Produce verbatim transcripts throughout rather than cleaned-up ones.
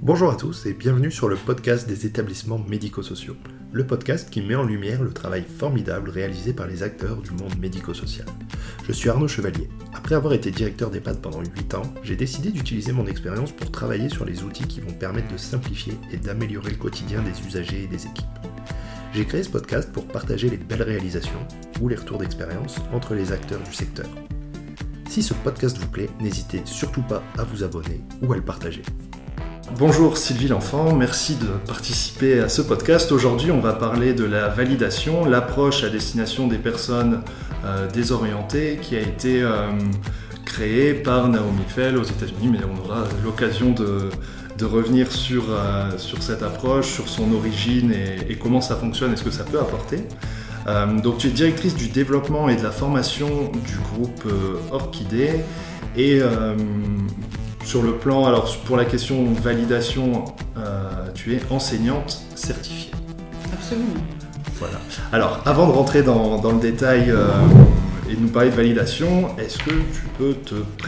Bonjour à tous et bienvenue sur le podcast des établissements médico-sociaux, le podcast qui met en lumière le travail formidable réalisé par les acteurs du monde médico-social. Je suis Arnaud Chevalier. Après avoir été directeur d'EHPAD pendant huit ans, j'ai décidé d'utiliser mon expérience pour travailler sur les outils qui vont permettre de simplifier et d'améliorer le quotidien des usagers et des équipes. J'ai créé ce podcast pour partager les belles réalisations ou les retours d'expérience entre les acteurs du secteur. Si ce podcast vous plaît, n'hésitez surtout pas à vous abonner ou à le partager. Bonjour Sylvie L'Enfant, merci de participer à ce podcast. Aujourd'hui, on va parler de la validation, l'approche à destination des personnes euh, désorientées qui a été euh, créée par Naomi Feil aux États-Unis, mais on aura l'occasion de, de revenir sur, euh, sur cette approche, sur son origine et, et comment ça fonctionne et ce que ça peut apporter. Euh, donc tu es directrice du développement et de la formation du groupe euh, Orchidée et euh, sur le plan, alors pour la question validation, euh, tu es enseignante certifiée. Absolument. Voilà. Alors avant de rentrer dans, dans le détail euh, et de nous parler de validation, est-ce que tu peux te présenter ?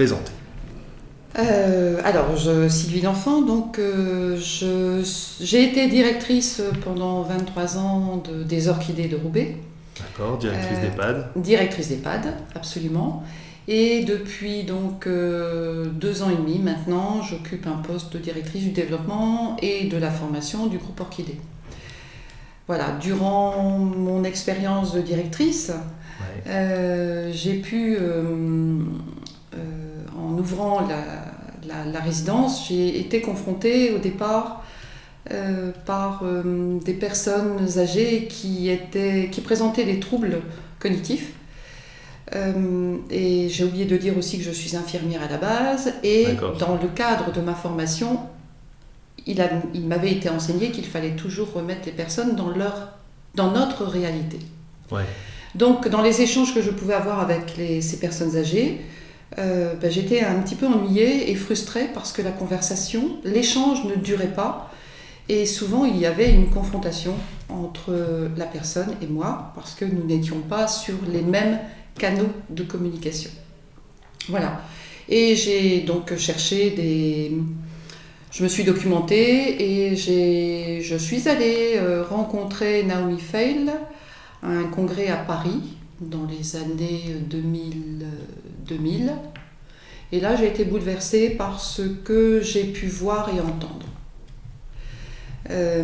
Euh, alors, je, Sylvie L'Enfant, donc euh, je, j'ai été directrice pendant vingt-trois ans de, des Orchidées de Roubaix. D'accord, directrice euh, d'EHPAD. Directrice d'EHPAD, absolument. Et depuis donc euh, deux ans et demi maintenant, j'occupe un poste de directrice du développement et de la formation du groupe Orchidée. Voilà, durant mon expérience de directrice, ouais. euh, j'ai pu, euh, euh, en ouvrant la, la, la résidence, j'ai été confrontée au départ euh, par euh, des personnes âgées qui, étaient, qui présentaient des troubles cognitifs. Euh, et j'ai oublié de dire aussi que je suis infirmière à la base et D'accord. Dans le cadre de ma formation il, a, il m'avait été enseigné qu'il fallait toujours remettre les personnes dans, leur, dans notre réalité. Ouais. Donc dans les échanges que je pouvais avoir avec les, ces personnes âgées, euh, ben, j'étais un petit peu ennuyée et frustrée parce que la conversation, l'échange ne durait pas et souvent il y avait une confrontation entre la personne et moi parce que nous n'étions pas sur les mêmes canaux de communication. Voilà. Et j'ai donc cherché des... Je me suis documentée et j'ai... je suis allée rencontrer Naomi Feil à un congrès à Paris dans les années deux mille. deux mille. Et là, j'ai été bouleversée par ce que j'ai pu voir et entendre. Euh...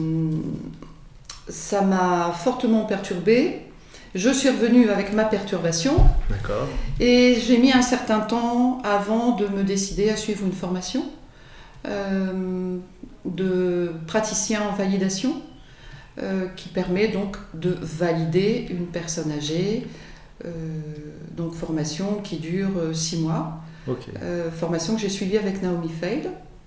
Ça m'a fortement perturbée. Je suis revenue avec ma perturbation. D'accord. Et j'ai mis un certain temps avant de me décider à suivre une formation euh, de praticien en validation euh, qui permet donc de valider une personne âgée. Euh, donc formation qui dure six mois. Okay. Euh, formation que j'ai suivie avec Naomi Feil.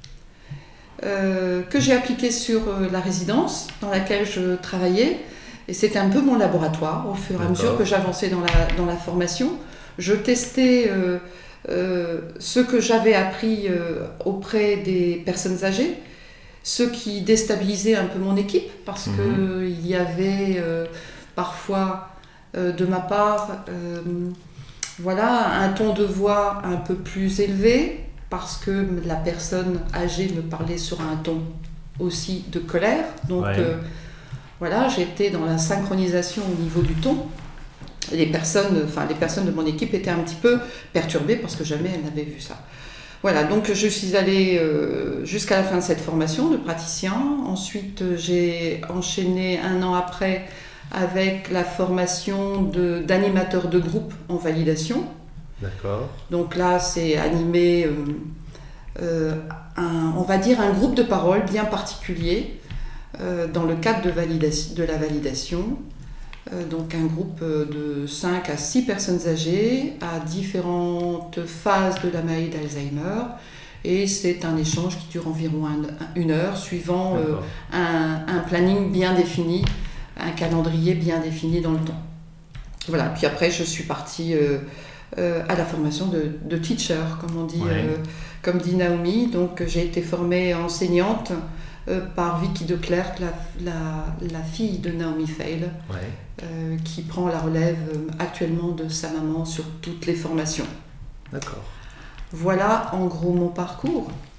Euh, que j'ai appliquée sur euh, la résidence dans laquelle je travaillais. Et c'était un peu mon laboratoire, au fur et à mesure que j'avançais dans la, dans la formation. Je testais euh, euh, ce que j'avais appris euh, auprès des personnes âgées, ce qui déstabilisait un peu mon équipe, parce mmh. qu'il y avait euh, parfois, euh, de ma part, euh, voilà, un ton de voix un peu plus élevé, parce que la personne âgée me parlait sur un ton aussi de colère. Donc, ouais. euh, Voilà, j'étais dans la synchronisation au niveau du ton. Les personnes, enfin, les personnes de mon équipe étaient un petit peu perturbées parce que jamais elles n'avaient vu ça. Voilà, donc je suis allée euh, jusqu'à la fin de cette formation de praticien. Ensuite, j'ai enchaîné un an après avec la formation de, d'animateur de groupe en validation. D'accord. Donc là, c'est animer, euh, euh, un, on va dire, un groupe de parole bien particulier. Euh, dans le cadre de, validation, de la validation, euh, donc un groupe de cinq à six personnes âgées à différentes phases de la maladie d'Alzheimer et c'est un échange qui dure environ un, une heure suivant euh, un, un planning bien défini, un calendrier bien défini dans le temps. Voilà, puis après je suis partie euh, euh, à la formation de, de teacher, comme on dit, ouais. euh, comme dit Naomi, donc j'ai été formée enseignante Euh, par Vicky de Clercq, la, la, la fille de Naomi Feil, ouais. euh, qui prend la relève euh, actuellement de sa maman sur toutes les formations. D'accord. Voilà en gros mon parcours.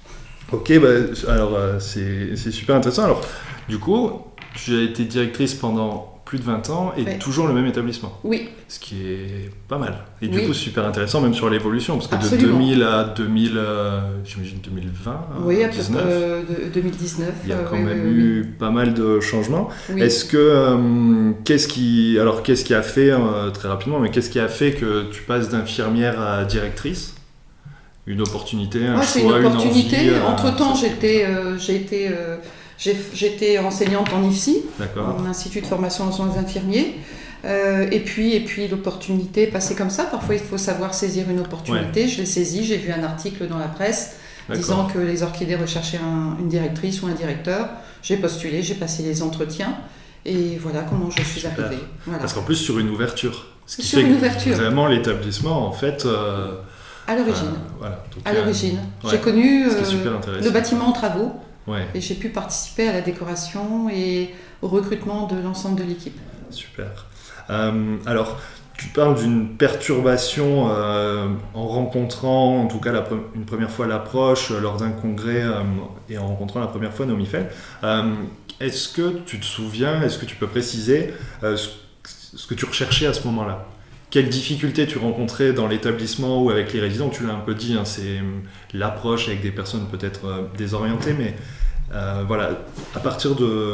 Ok, bah, alors euh, c'est, c'est super intéressant. Alors, du coup, tu as été directrice pendant plus de vingt ans et ouais. toujours le même établissement. Oui. Ce qui est pas mal. Et oui. du coup, super intéressant, même sur l'évolution, parce que Absolument. de deux mille à deux mille, euh, j'imagine deux mille vingt, oui, deux mille dix-neuf, euh, de, deux mille dix-neuf. Il y a quand oui, même oui, eu oui. pas mal de changements. Oui. Est-ce que, euh, qu'est-ce qui, alors qu'est-ce qui a fait, euh, très rapidement, mais qu'est-ce qui a fait que tu passes d'infirmière à directrice ? Une opportunité, un Moi, choix, c'est une opportunité. Une envie, Entre-temps, euh, j'étais, euh, j'ai été, euh, j'ai, j'étais enseignante en I F S I, D'accord. en Institut de formation en soins infirmiers. Euh, et puis, et puis l'opportunité est passée comme ça. Parfois, il faut savoir saisir une opportunité. Ouais. Je l'ai saisie. J'ai vu un article dans la presse D'accord. disant que les Orchidées recherchaient un, une directrice ou un directeur. J'ai postulé, j'ai passé les entretiens. Et voilà comment je suis Super. arrivée. Voilà. Parce qu'en plus, sur une ouverture. Ce qui sur fait une que ouverture. Vraiment, l'établissement, en fait... Euh, à l'origine. Euh, voilà. Donc, à l'origine. Euh, j'ai ouais. connu euh, le bâtiment en travaux. Ouais. Et j'ai pu participer à la décoration et au recrutement de l'ensemble de l'équipe. Super. Euh, alors, tu parles d'une perturbation euh, en rencontrant, en tout cas la pre- une première fois l'approche lors d'un congrès euh, et en rencontrant la première fois Naomi Feil. Euh, est-ce que tu te souviens, est-ce que tu peux préciser euh, ce, ce que tu recherchais à ce moment-là ? Quelles difficultés tu rencontrais dans l'établissement ou avec les résidents ? Tu l'as un peu dit, hein, c'est l'approche avec des personnes peut-être euh, désorientées, mais euh, voilà, à partir de,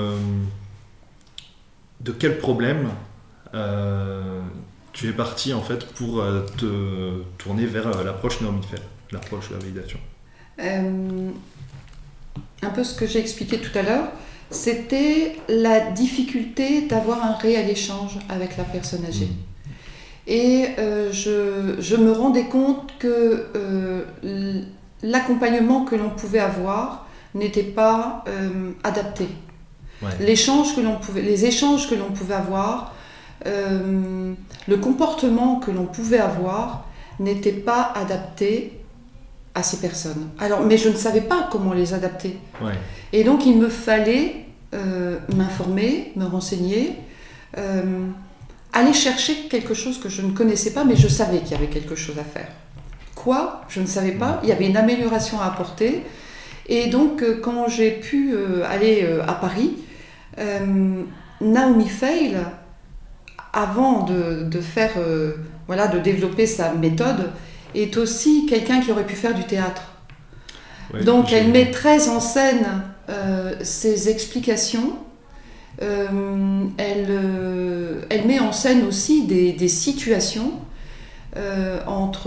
de quel problème euh, tu es parti en fait pour euh, te tourner vers euh, l'approche Naomi Feil, l'approche de la validation ? euh, Un peu ce que j'ai expliqué tout à l'heure, c'était la difficulté d'avoir un réel échange avec la personne âgée. Mmh. Et euh, je, je me rendais compte que euh, l'accompagnement que l'on pouvait avoir n'était pas euh, adapté. Ouais. L'échange que l'on pouvait, les échanges que l'on pouvait avoir, euh, le comportement que l'on pouvait avoir n'était pas adapté à ces personnes. Alors, mais je ne savais pas comment les adapter. Ouais. Et donc il me fallait euh, m'informer, me renseigner, euh, aller chercher quelque chose que je ne connaissais pas, mais je savais qu'il y avait quelque chose à faire. Quoi ? Je ne savais pas. Il y avait une amélioration à apporter. Et donc, quand j'ai pu aller à Paris, euh, Naomi Feil, avant de, de faire, euh, voilà, de développer sa méthode, est aussi quelqu'un qui aurait pu faire du théâtre. Ouais, donc, elle met très en scène euh, ses explications. Euh, elle, euh, elle met en scène aussi des, des situations euh, entre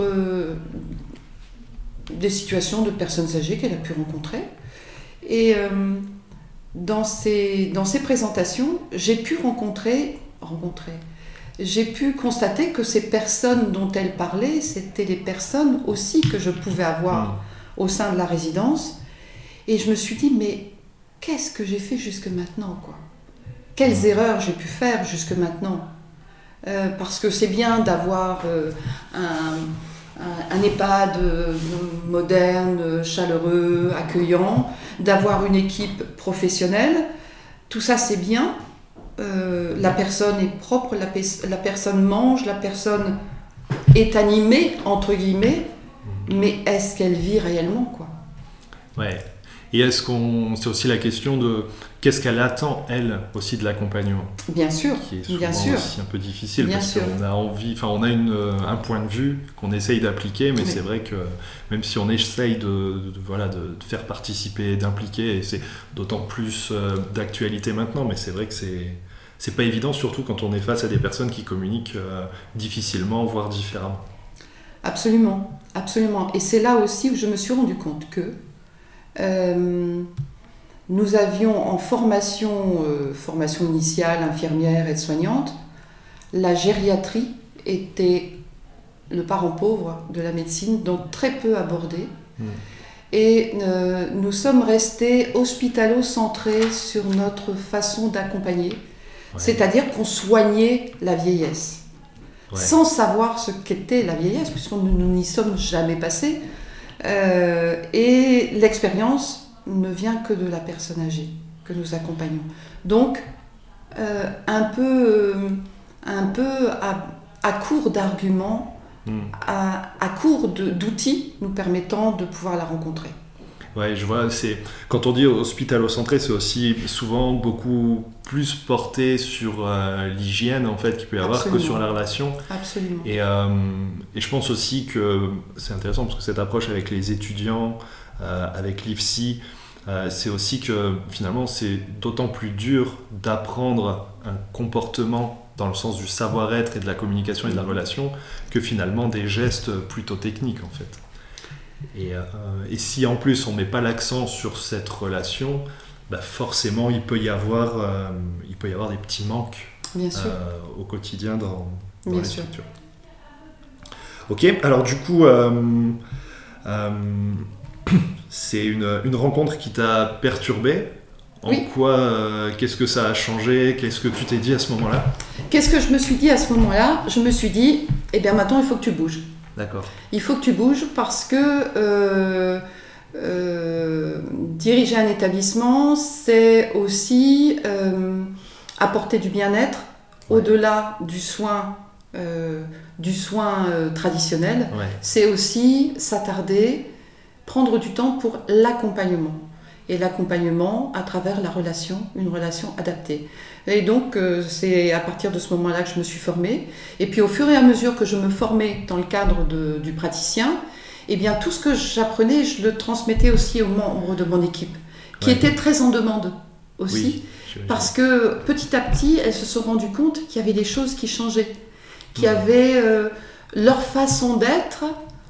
des situations de personnes âgées qu'elle a pu rencontrer et euh, dans ces, dans ces présentations j'ai pu rencontrer, rencontrer j'ai pu constater que ces personnes dont elle parlait c'était les personnes aussi que je pouvais avoir mmh. au sein de la résidence et je me suis dit mais qu'est-ce que j'ai fait jusque maintenant quoi ? Quelles erreurs j'ai pu faire jusque maintenant ? euh, Parce que c'est bien d'avoir euh, un, un, un EHPAD euh, moderne, chaleureux, accueillant, d'avoir une équipe professionnelle. Tout ça, c'est bien. Euh, la personne est propre, la, pe- la personne mange, la personne est animée, entre guillemets, mais est-ce qu'elle vit réellement quoi ? Ouais. Et est-ce qu'on, c'est aussi la question de qu'est-ce qu'elle attend elle aussi de l'accompagnement ? Bien sûr, qui est souvent bien sûr. aussi un peu difficile bien parce sûr. qu'on a envie, enfin on a une, un point de vue qu'on essaye d'appliquer, mais oui. c'est vrai que même si on essaye de, de, de voilà de, de faire participer, d'impliquer, et c'est d'autant plus euh, d'actualité maintenant, mais c'est vrai que c'est c'est pas évident, surtout quand on est face à des personnes qui communiquent euh, difficilement, voire différemment. Absolument, absolument. Et c'est là aussi où je me suis rendu compte que Euh, nous avions en formation, euh, formation initiale, infirmière, aide-soignante, la gériatrie était le parent pauvre de la médecine, donc très peu abordée. Mmh. Et euh, nous sommes restés hospitalo-centrés sur notre façon d'accompagner, ouais. c'est-à-dire qu'on soignait la vieillesse, ouais. sans savoir ce qu'était la vieillesse, puisqu'on ne nous n'y sommes jamais passés. Euh, et l'expérience ne vient que de la personne âgée que nous accompagnons. Donc, euh, un peu, un peu à, à court d'arguments, mmh. à, à court de, d'outils nous permettant de pouvoir la rencontrer. Ouais, je vois. C'est quand on dit hospitalo-centré, c'est aussi souvent beaucoup plus porté sur euh, l'hygiène en fait qu'il peut y avoir Absolument. Que sur la relation. Absolument. Et, euh, et je pense aussi que c'est intéressant parce que cette approche avec les étudiants, euh, avec l'I F S I, euh, c'est aussi que finalement c'est d'autant plus dur d'apprendre un comportement dans le sens du savoir-être et de la communication et de la relation que finalement des gestes plutôt techniques en fait. Et, euh, et si en plus on ne met pas l'accent sur cette relation, bah forcément il peut y avoir, euh, il peut y avoir des petits manques Bien sûr. Euh, au quotidien dans, dans Bien les sûr. structures. Ok, alors du coup, euh, euh, c'est une, une rencontre qui t'a perturbé. En oui. quoi, euh, qu'est-ce que ça a changé? Qu'est-ce que tu t'es dit à ce moment-là? Qu'est-ce que je me suis dit à ce moment-là? Je me suis dit, eh bien maintenant il faut que tu bouges. D'accord. Il faut que tu bouges parce que euh, euh, diriger un établissement, c'est aussi euh, apporter du bien-être ouais. au-delà du soin, euh, du soin euh, traditionnel. Ouais. C'est aussi s'attarder, prendre du temps pour l'accompagnement. Et l'accompagnement à travers la relation, une relation adaptée. Et donc, euh, c'est à partir de ce moment-là que je me suis formée. Et puis, au fur et à mesure que je me formais dans le cadre de, du praticien, eh bien, tout ce que j'apprenais, je le transmettais aussi aux membres de mon équipe, qui ouais. étaient très en demande aussi. Oui, parce que petit à petit, elles se sont rendues compte qu'il y avait des choses qui changeaient, qu'il y avait euh, leur façon d'être,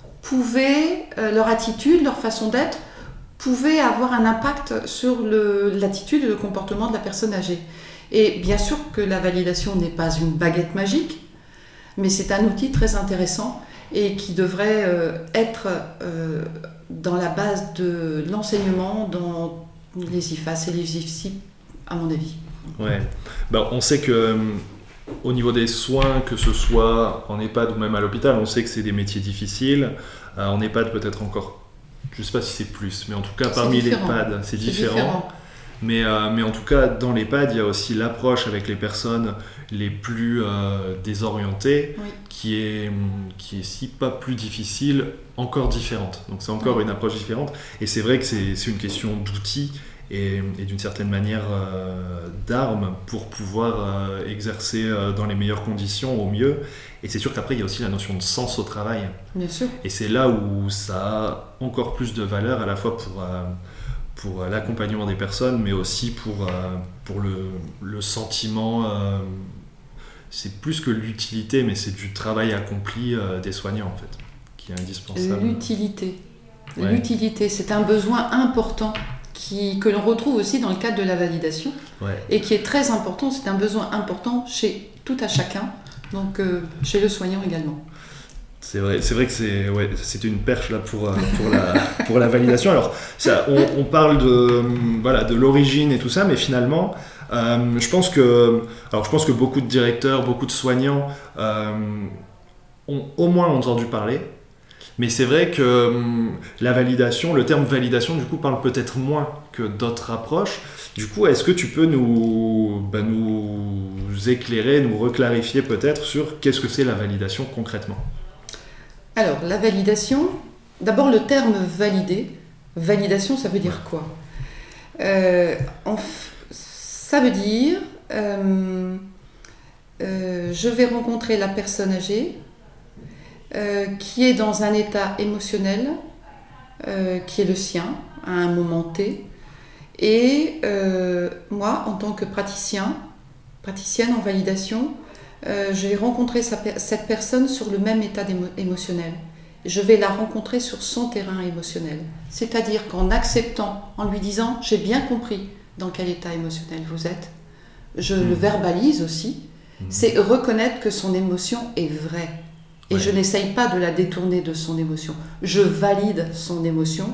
pouvait, euh, leur attitude, leur façon d'être, pouvait avoir un impact sur le, l'attitude et le comportement de la personne âgée. Et bien sûr que la validation n'est pas une baguette magique, mais c'est un outil très intéressant et qui devrait euh, être euh, dans la base de l'enseignement dans les I F A S et les I F S I, à mon avis. Ouais. Ben, on sait que euh, au niveau des soins, que ce soit en EHPAD ou même à l'hôpital, on sait que c'est des métiers difficiles. Euh, en EHPAD peut-être encore. Je ne sais pas si c'est plus, mais en tout cas, c'est parmi différent. les EHPAD, c'est, c'est différent. différent. Mais, euh, mais en tout cas, dans l'EHPAD, il y a aussi l'approche avec les personnes les plus euh, désorientées, oui. qui est, qui est, si pas plus difficile, encore différente. Donc c'est encore oui. une approche différente. Et c'est vrai que c'est, c'est une question d'outils et, et d'une certaine manière euh, d'armes pour pouvoir euh, exercer euh, dans les meilleures conditions, au mieux. Et c'est sûr qu'après, il y a aussi la notion de sens au travail. Bien sûr. Et c'est là où ça a encore plus de valeur, à la fois pour, euh, pour l'accompagnement des personnes, mais aussi pour, euh, pour le, le sentiment, euh, c'est plus que l'utilité, mais c'est du travail accompli euh, des soignants, en fait, qui est indispensable. L'utilité. Ouais. L'utilité, c'est un besoin important qui, que l'on retrouve aussi dans le cadre de la validation, ouais. et qui est très important, c'est un besoin important chez tout à chacun, donc euh, chez le soignant également. C'est vrai, c'est vrai que c'est, ouais, c'est une perche là pour, pour, la, pour la validation. Alors, ça, on, on parle de, voilà, de l'origine et tout ça, mais finalement, euh, je pense que, alors je pense que beaucoup de directeurs, beaucoup de soignants euh, ont au moins entendu parler. Mais c'est vrai que euh, la validation, le terme validation, du coup, parle peut-être moins que d'autres approches. Du coup, est-ce que tu peux nous, bah, nous éclairer, nous reclarifier peut-être sur qu'est-ce que c'est la validation concrètement ? Alors, la validation, d'abord le terme valider. Validation, ça veut dire quoi ? euh, en, Ça veut dire, euh, euh, je vais rencontrer la personne âgée, Euh, qui est dans un état émotionnel euh, qui est le sien à un moment T, et euh, moi en tant que praticien, praticienne en validation, euh, je vais rencontrer sa, cette personne sur le même état émotionnel. Je vais la rencontrer sur son terrain émotionnel, c'est-à-dire qu'en acceptant, en lui disant j'ai bien compris dans quel état émotionnel vous êtes, je mmh. le verbalise aussi, mmh. c'est reconnaître que son émotion est vraie. Et ouais. je n'essaye pas de la détourner de son émotion. Je valide son émotion.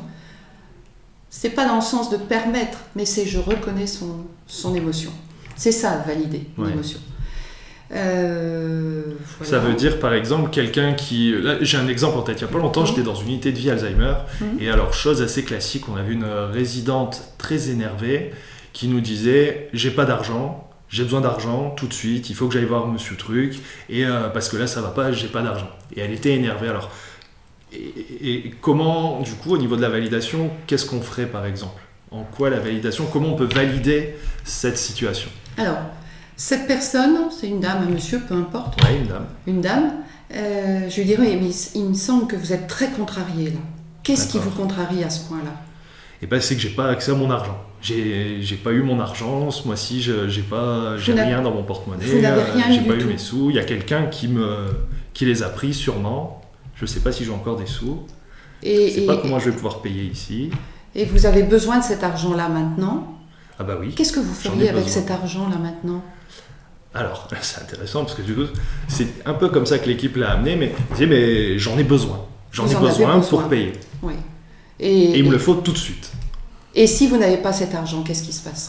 C'est pas dans le sens de permettre, mais c'est je reconnais son, son émotion. C'est ça, valider une ouais. émotion. Euh, voilà. Ça veut dire, par exemple, quelqu'un qui... Là, j'ai un exemple en tête. Il n'y a pas longtemps, mmh. j'étais dans une unité de vie Alzheimer. Mmh. Et alors, chose assez classique, on avait une résidente très énervée qui nous disait « J'ai pas d'argent. J'ai besoin d'argent tout de suite, il faut que j'aille voir monsieur truc, et euh, parce que là ça va pas, j'ai pas d'argent. » Et elle était énervée. Alors, et, et comment, du coup, au niveau de la validation, qu'est-ce qu'on ferait par exemple ? En quoi la validation, comment on peut valider cette situation ? Alors, cette personne, c'est une dame, un monsieur, peu importe. Oui, une dame. Une dame, euh, je lui dirais, mais il, il me semble que vous êtes très contrarié là. Qu'est-ce D'accord. qui vous contrarie à ce point-là ? Eh ben, c'est que j'ai pas accès à mon argent. J'ai, j'ai pas eu mon argent ce mois-ci, je, j'ai pas, j'ai rien dans mon porte-monnaie. Vous n'avez rien euh, j'ai du pas tout. eu mes sous. Il y a quelqu'un qui me, qui les a pris sûrement. Je sais pas si j'ai encore des sous. Et, je sais et, pas comment je vais pouvoir payer ici. Et vous avez besoin de cet argent-là maintenant ? Ah bah oui. Qu'est-ce que vous feriez avec cet argent-là maintenant ? Alors, c'est intéressant parce que du coup, c'est un peu comme ça que l'équipe l'a amené, mais disait mais j'en ai besoin, j'en ai besoin, besoin pour payer. Oui. Et, et il me et, le faut tout de suite. Et si vous n'avez pas cet argent, qu'est-ce qui se passerait ?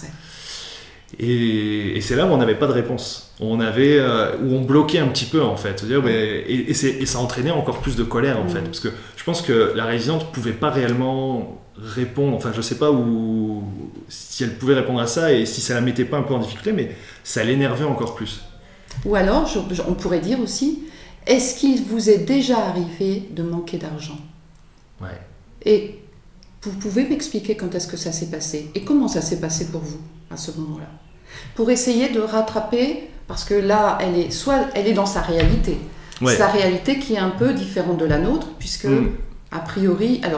Et, et c'est là où on n'avait pas de réponse. On avait, euh, où on bloquait un petit peu en fait. C'est-à-dire, mmh. mais, et, et, c'est, et ça entraînait encore plus de colère en mmh. fait, parce que je pense que la résidente pouvait pas réellement répondre. Enfin, je sais pas où, si elle pouvait répondre à ça et si ça la mettait pas un peu en difficulté, mais ça l'énervait encore plus. Ou alors, je, on pourrait dire aussi, est-ce qu'il vous est déjà arrivé de manquer d'argent ? Ouais. Et vous pouvez m'expliquer quand est-ce que ça s'est passé et comment ça s'est passé pour vous à ce moment-là ? Pour essayer de rattraper, parce que là, elle est, soit elle est dans sa réalité, ouais. sa réalité qui est un peu différente de la nôtre, puisque, mmh. a priori, alors,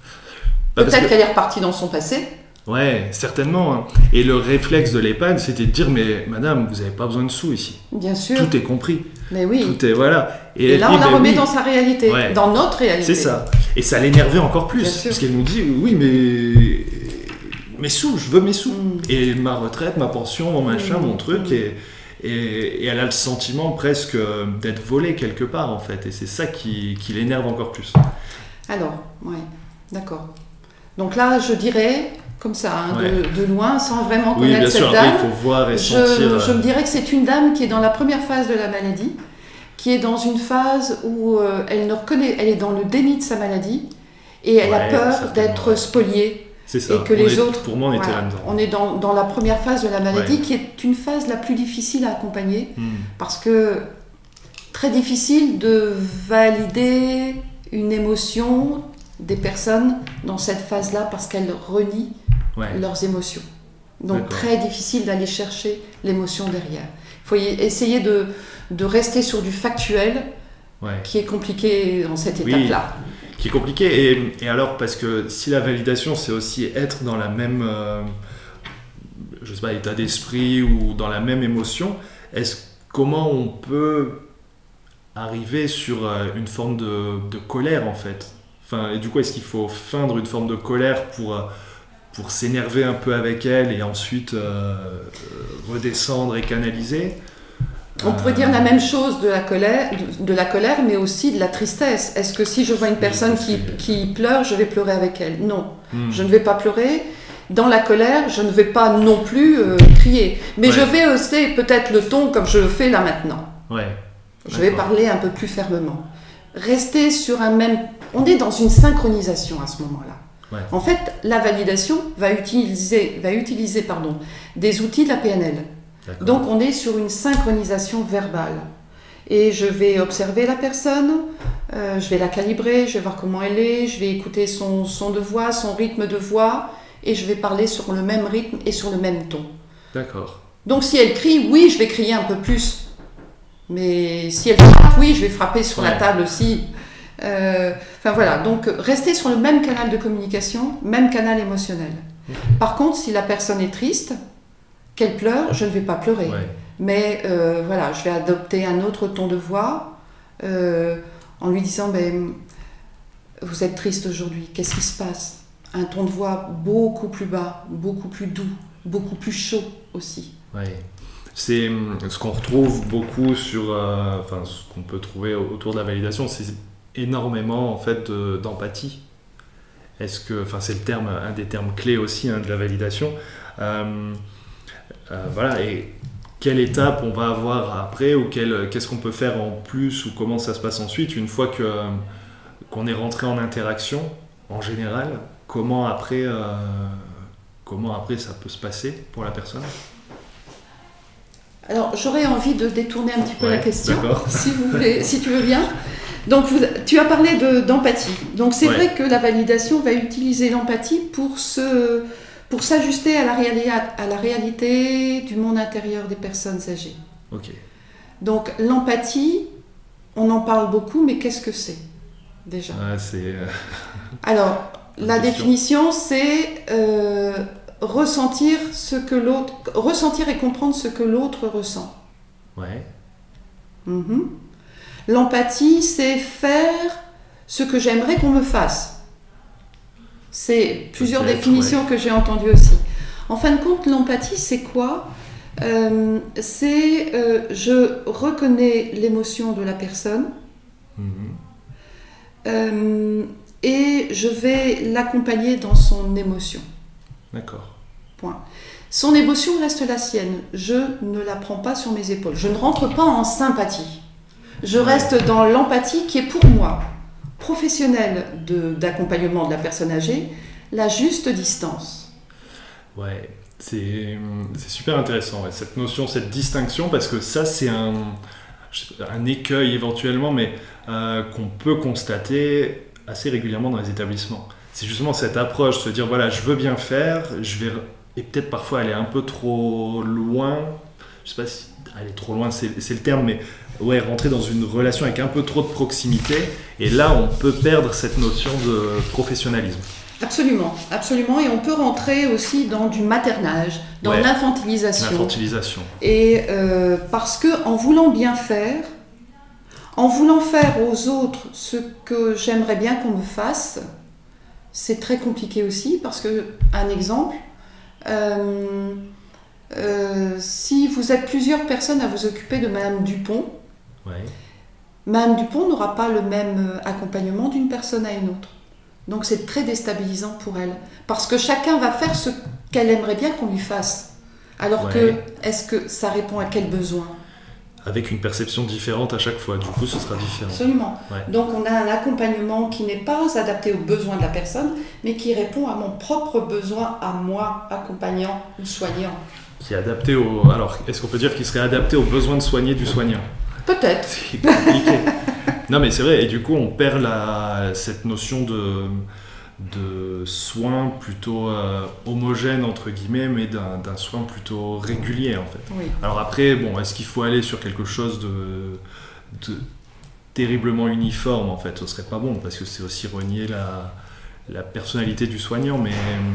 bah peut-être que... qu'elle est repartie dans son passé. Ouais, certainement. Et le réflexe de l'EHPAD, c'était de dire, mais madame, vous n'avez pas besoin de sous ici. Bien sûr. Tout est compris. Mais oui. Tout est, voilà. Et, et là, dit, on la ben remet oui. dans sa réalité, ouais. dans notre réalité. C'est ça. Et ça l'énervait encore plus, parce qu'elle nous dit, oui, mais... mes sous, je veux mes sous. Mmh. Et ma retraite, ma pension, mon machin, mmh. mon truc. Mmh. Et, et, et elle a le sentiment presque d'être volée quelque part, en fait. Et c'est ça qui, qui l'énerve encore plus. Alors, ouais, d'accord. Donc là, je dirais, comme ça, hein, ouais. de, de loin, sans vraiment oui, connaître bien cette sûr, dame. Il faut voir et je, sentir. Je me dirais que c'est une dame qui est dans la première phase de la maladie, qui est dans une phase où euh, elle ne reconnaît, elle est dans le déni de sa maladie, et elle ouais, a peur d'être spoliée. C'est ça. Et que les est, autres, pour moi, on était voilà, là-dedans. On est dans, dans la première phase de la maladie, ouais. qui est une phase la plus difficile à accompagner, mm. parce que très difficile de valider une émotion des personnes dans cette phase-là, parce qu'elles renient ouais. leurs émotions. Donc D'accord. très difficile d'aller chercher l'émotion derrière. Il faut y essayer de, de rester sur du factuel, ouais. qui est compliqué dans cette oui. étape-là. Qui est compliqué. Et, et alors, parce que si la validation, c'est aussi être dans la même, euh, je sais pas, état d'esprit ou dans la même émotion, est-ce, comment on peut arriver sur euh, une forme de, de colère, en fait ? Enfin, et du coup, est-ce qu'il faut feindre une forme de colère pour, euh, pour s'énerver un peu avec elle et ensuite euh, redescendre et canaliser ? On pourrait dire la même chose de la colère, de la colère, mais aussi de la tristesse. Est-ce que si je vois une personne qui, qui pleure, je vais pleurer avec elle ? Non, hmm. je ne vais pas pleurer. Dans la colère, je ne vais pas non plus euh, crier. Mais ouais. je vais hausser peut-être le ton comme je le fais là maintenant. Ouais. Je vais parler un peu plus fermement. Rester sur un même... On est dans une synchronisation à ce moment-là. Ouais. En fait, la validation va utiliser, va utiliser pardon, des outils de la P N L. D'accord. Donc on est sur une synchronisation verbale et je vais observer la personne, euh, je vais la calibrer, je vais voir comment elle est, je vais écouter son son de voix, son rythme de voix et je vais parler sur le même rythme et sur le même ton. D'accord. Donc si elle crie, oui, je vais crier un peu plus, mais si elle frappe, oui, je vais frapper sur ouais. la table aussi. Euh, enfin voilà, donc rester sur le même canal de communication, même canal émotionnel. Okay. Par contre, si la personne est triste, qu'elle pleure, je ne vais pas pleurer. Ouais. Mais euh, voilà, je vais adopter un autre ton de voix euh, en lui disant ben, « Vous êtes triste aujourd'hui, qu'est-ce qui se passe ?» Un ton de voix beaucoup plus bas, beaucoup plus doux, beaucoup plus chaud aussi. Ouais. C'est ce qu'on retrouve beaucoup sur... Euh, enfin, ce qu'on peut trouver autour de la validation, c'est énormément en fait, de, d'empathie. Est-ce que... Enfin, c'est le terme, un des termes clés aussi hein, de la validation. Euh, Euh, voilà, et quelle étape on va avoir après ou quel, qu'est-ce qu'on peut faire en plus ou comment ça se passe ensuite une fois que, qu'on est rentré en interaction en général, comment après, euh, comment après ça peut se passer pour la personne ? Alors j'aurais envie de détourner un petit peu ouais, la question, d'accord. si vous voulez, si tu veux bien. Donc, vous, tu as parlé de, d'empathie. Donc, c'est Ouais. vrai que la validation va utiliser l'empathie pour, se, pour s'ajuster à la, réali- à la réalité du monde intérieur des personnes âgées. Ok. Donc, l'empathie, on en parle beaucoup, mais qu'est-ce que c'est, déjà ? Ouais, c'est... euh, Alors, la question. définition, c'est euh, ressentir ce que l'autre... Ressentir et comprendre ce que l'autre ressent. Ouais. Mhm. L'empathie, c'est faire ce que j'aimerais qu'on me fasse. C'est plusieurs Peut-être, définitions ouais. que j'ai entendues aussi. En fin de compte, l'empathie, c'est quoi ? Euh, C'est euh, je reconnais l'émotion de la personne Mhm. euh, et je vais l'accompagner dans son émotion. D'accord. Point. Son émotion reste la sienne. Je ne la prends pas sur mes épaules. Je ne rentre pas en sympathie. Je reste dans l'empathie qui est pour moi, professionnelle de, d'accompagnement de la personne âgée, la juste distance. Ouais, c'est, c'est super intéressant, ouais, cette notion, cette distinction, parce que ça, c'est un, je sais pas, un écueil éventuellement, mais euh, qu'on peut constater assez régulièrement dans les établissements. C'est justement cette approche, se dire, voilà, je veux bien faire, je vais, et peut-être parfois aller un peu trop loin, je sais pas si aller trop loin, c'est, c'est le terme, mais ouais, rentrer dans une relation avec un peu trop de proximité, et là, on peut perdre cette notion de professionnalisme. Absolument, absolument. Et on peut rentrer aussi dans du maternage, dans Ouais. l'infantilisation. L'infantilisation. Et euh, parce que en voulant bien faire, en voulant faire aux autres ce que j'aimerais bien qu'on me fasse, c'est très compliqué aussi. Parce que, un exemple, euh, euh, si vous êtes plusieurs personnes à vous occuper de Madame Dupont, Ouais. Madame Dupont n'aura pas le même accompagnement d'une personne à une autre. Donc c'est très déstabilisant pour elle. Parce que chacun va faire ce qu'elle aimerait bien qu'on lui fasse. Alors Ouais. que, est-ce que ça répond à quel besoin ? Avec une perception différente à chaque fois, du coup ce sera différent. Absolument. Ouais. Donc on a un accompagnement qui n'est pas adapté aux besoins de la personne, mais qui répond à mon propre besoin, à moi, accompagnant ou soignant. Qui est adapté au... Alors, est-ce qu'on peut dire qu'il serait adapté aux besoins de soigner du soignant ? Peut-être. C'est compliqué. Non mais c'est vrai, et du coup on perd la... cette notion de, de soin plutôt euh, homogène entre guillemets, mais d'un, d'un soin plutôt régulier en fait. Oui. Alors après, bon, est-ce qu'il faut aller sur quelque chose de, de terriblement uniforme en fait ? Ce serait pas bon, parce que c'est aussi renier la, la personnalité du soignant, mais...